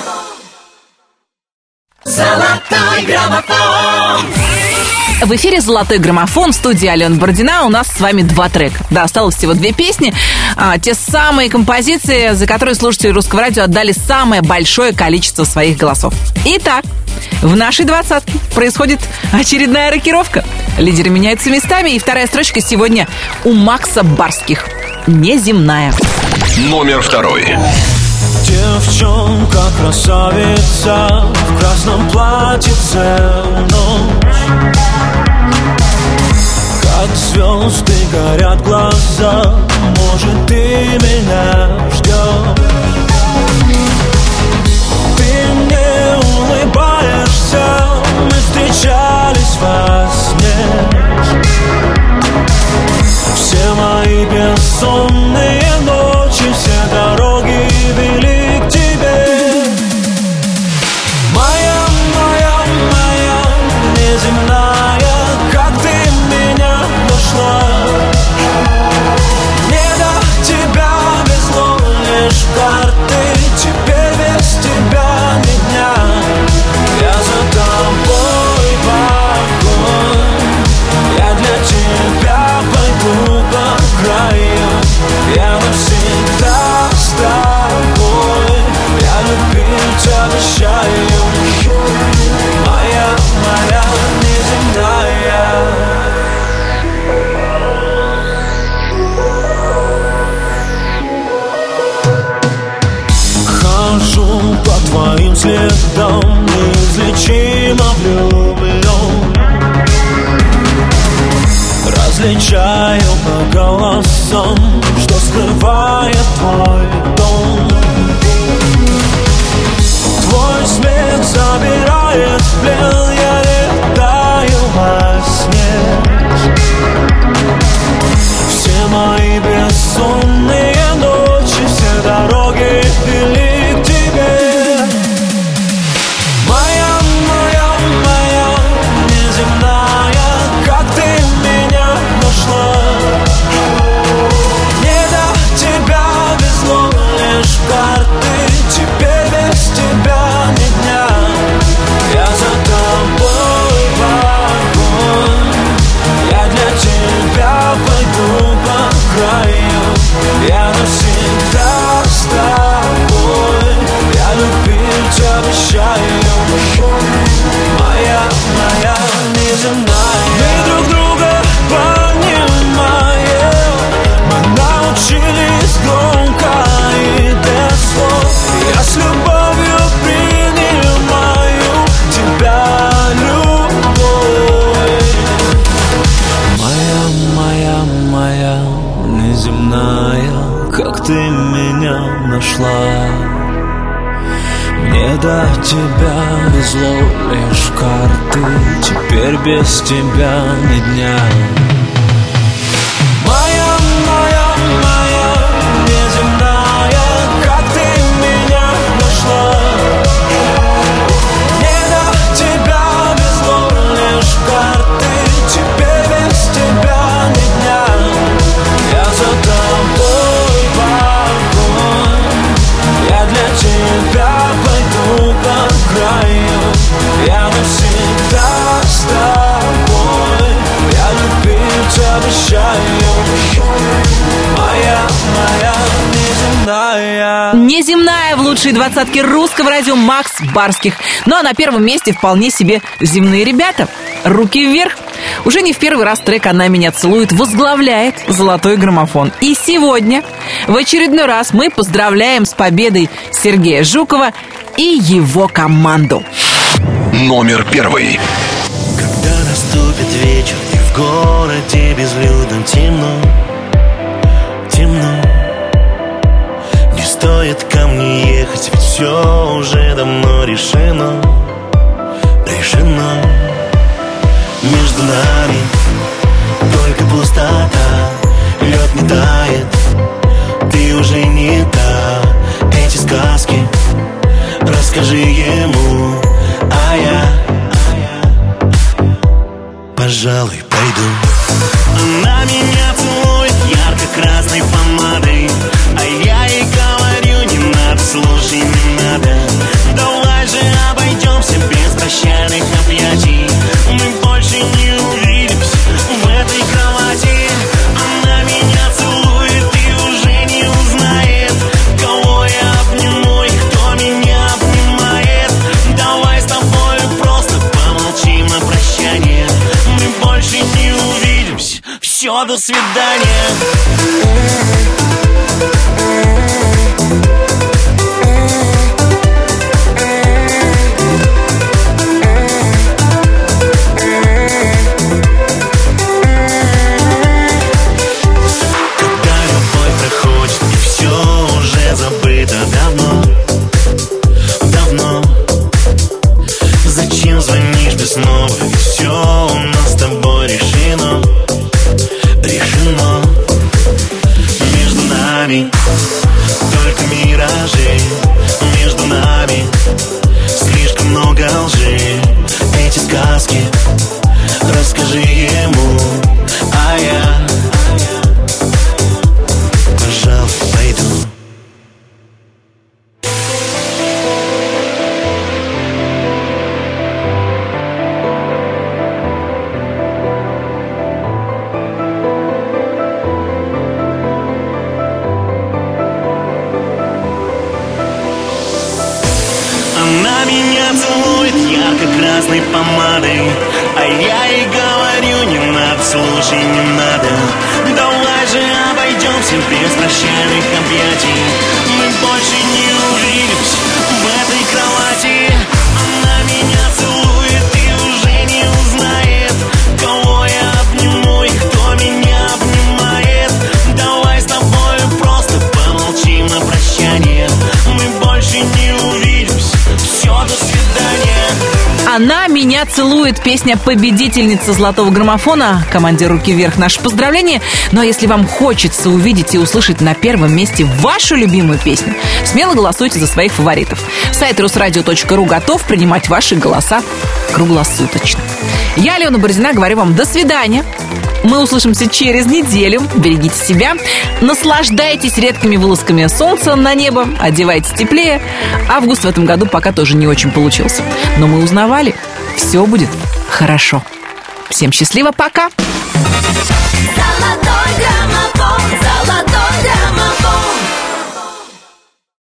Золотой граммофон. В эфире «Золотой граммофон», в студии Алена Бородина. У нас с вами два трека. Да, осталось всего две песни. А, те самые композиции, за которые слушатели Русского радио отдали самое большое количество своих голосов. Итак, в нашей двадцатке происходит очередная рокировка. Лидеры меняются местами, и вторая строчка сегодня у Макса Барских. «Неземная». Номер второй. Девчонка, красавица, в красном платьице ночь. Как звезды горят глаза, может, ты меня ждешь. Ты мне улыбаешься, мы встречались во сне. отвечаю по голосам, что скрывает твой дом. Твой смех забирает в плен, я летаю во сне. Все мои бессонные ночи, все дороги вели к тебе. Моя, моя, моя неземная, как ты меня нашла. Не до тебя везло лишь карты, теперь без тебя ни дня. Я за тобой в огонь, я для тебя пойду по краю. Я навсегда с тобой, я любить обещаю. Моя, моя неземная. Мы друг друга понимаем, мы научились громко и без слов. Я с любовью принимаю тебя, любовь. Моя, моя, моя неземная, как ты меня нашла. Мне до тебя везло лишь карты, теперь без тебя ни дня. Моя, моя, моя неземная, как ты меня нашла. Мне до тебя везло лишь карты, теперь без тебя ни дня. Я за тобой в огонь, я для тебя пойду по краю. Я навсегда с тобой, я любить обещаю. Моя, моя неземная. Неземная в лучшей двадцатке русского радио Макс Барских. Ну а на первом месте вполне себе земные ребята. Руки вверх. Уже не в первый раз трек «Она меня целует» возглавляет золотой граммофон. И сегодня в очередной раз мы поздравляем с победой Сергея Жукова и его команду. Номер первый. Когда наступит вечер и в городе безлюдно темно, темно, не стоит ко мне ехать, ведь все уже давно решено, решено. Между нами только пустота, лед не тает, ты уже не та. Эти сказки расскажи ему, а я, пожалуй, пойду. Она меня целует ярко-красной помадой, а я ей говорю, не надо, слушай, не надо. Давай же обойдемся без прощальных объятий. Мы больше не увидимся в этой кровати. Она меня целует и уже не узнает, кого я обниму и кто меня обнимает. Давай с тобой просто помолчим на прощание. Мы больше не увидимся, все, до свидания. Давно, давно. Зачем звонишь ты снова? И все у нас с тобой решено, решено. Между нами только миражи, между нами слишком много лжи. Эти сказки расскажи ему, а я, пожалуй, пойду. Красной помадой, а я ей говорю, не надо, слушай, не надо. Давай же обойдемся без прощальных объятий. Мы больше не увидимся в этой кровати. Она меня целует и уже не узнает, кого я обниму и кто меня меня целует» — песня победительницы «Золотого граммофона». Команде «Руки вверх» наше поздравление. Ну а если вам хочется увидеть и услышать на первом месте вашу любимую песню, смело голосуйте за своих фаворитов. Сайт русрадио точка ру готов принимать ваши голоса круглосуточно. Я, Алена Бородина, говорю вам до свидания. Мы услышимся через неделю. Берегите себя. Наслаждайтесь редкими вылазками солнца на небо. Одевайтесь теплее. Август в этом году пока тоже не очень получился. Но мы узнавали. Все будет хорошо. Всем счастливо. Пока. Золотой граммофон.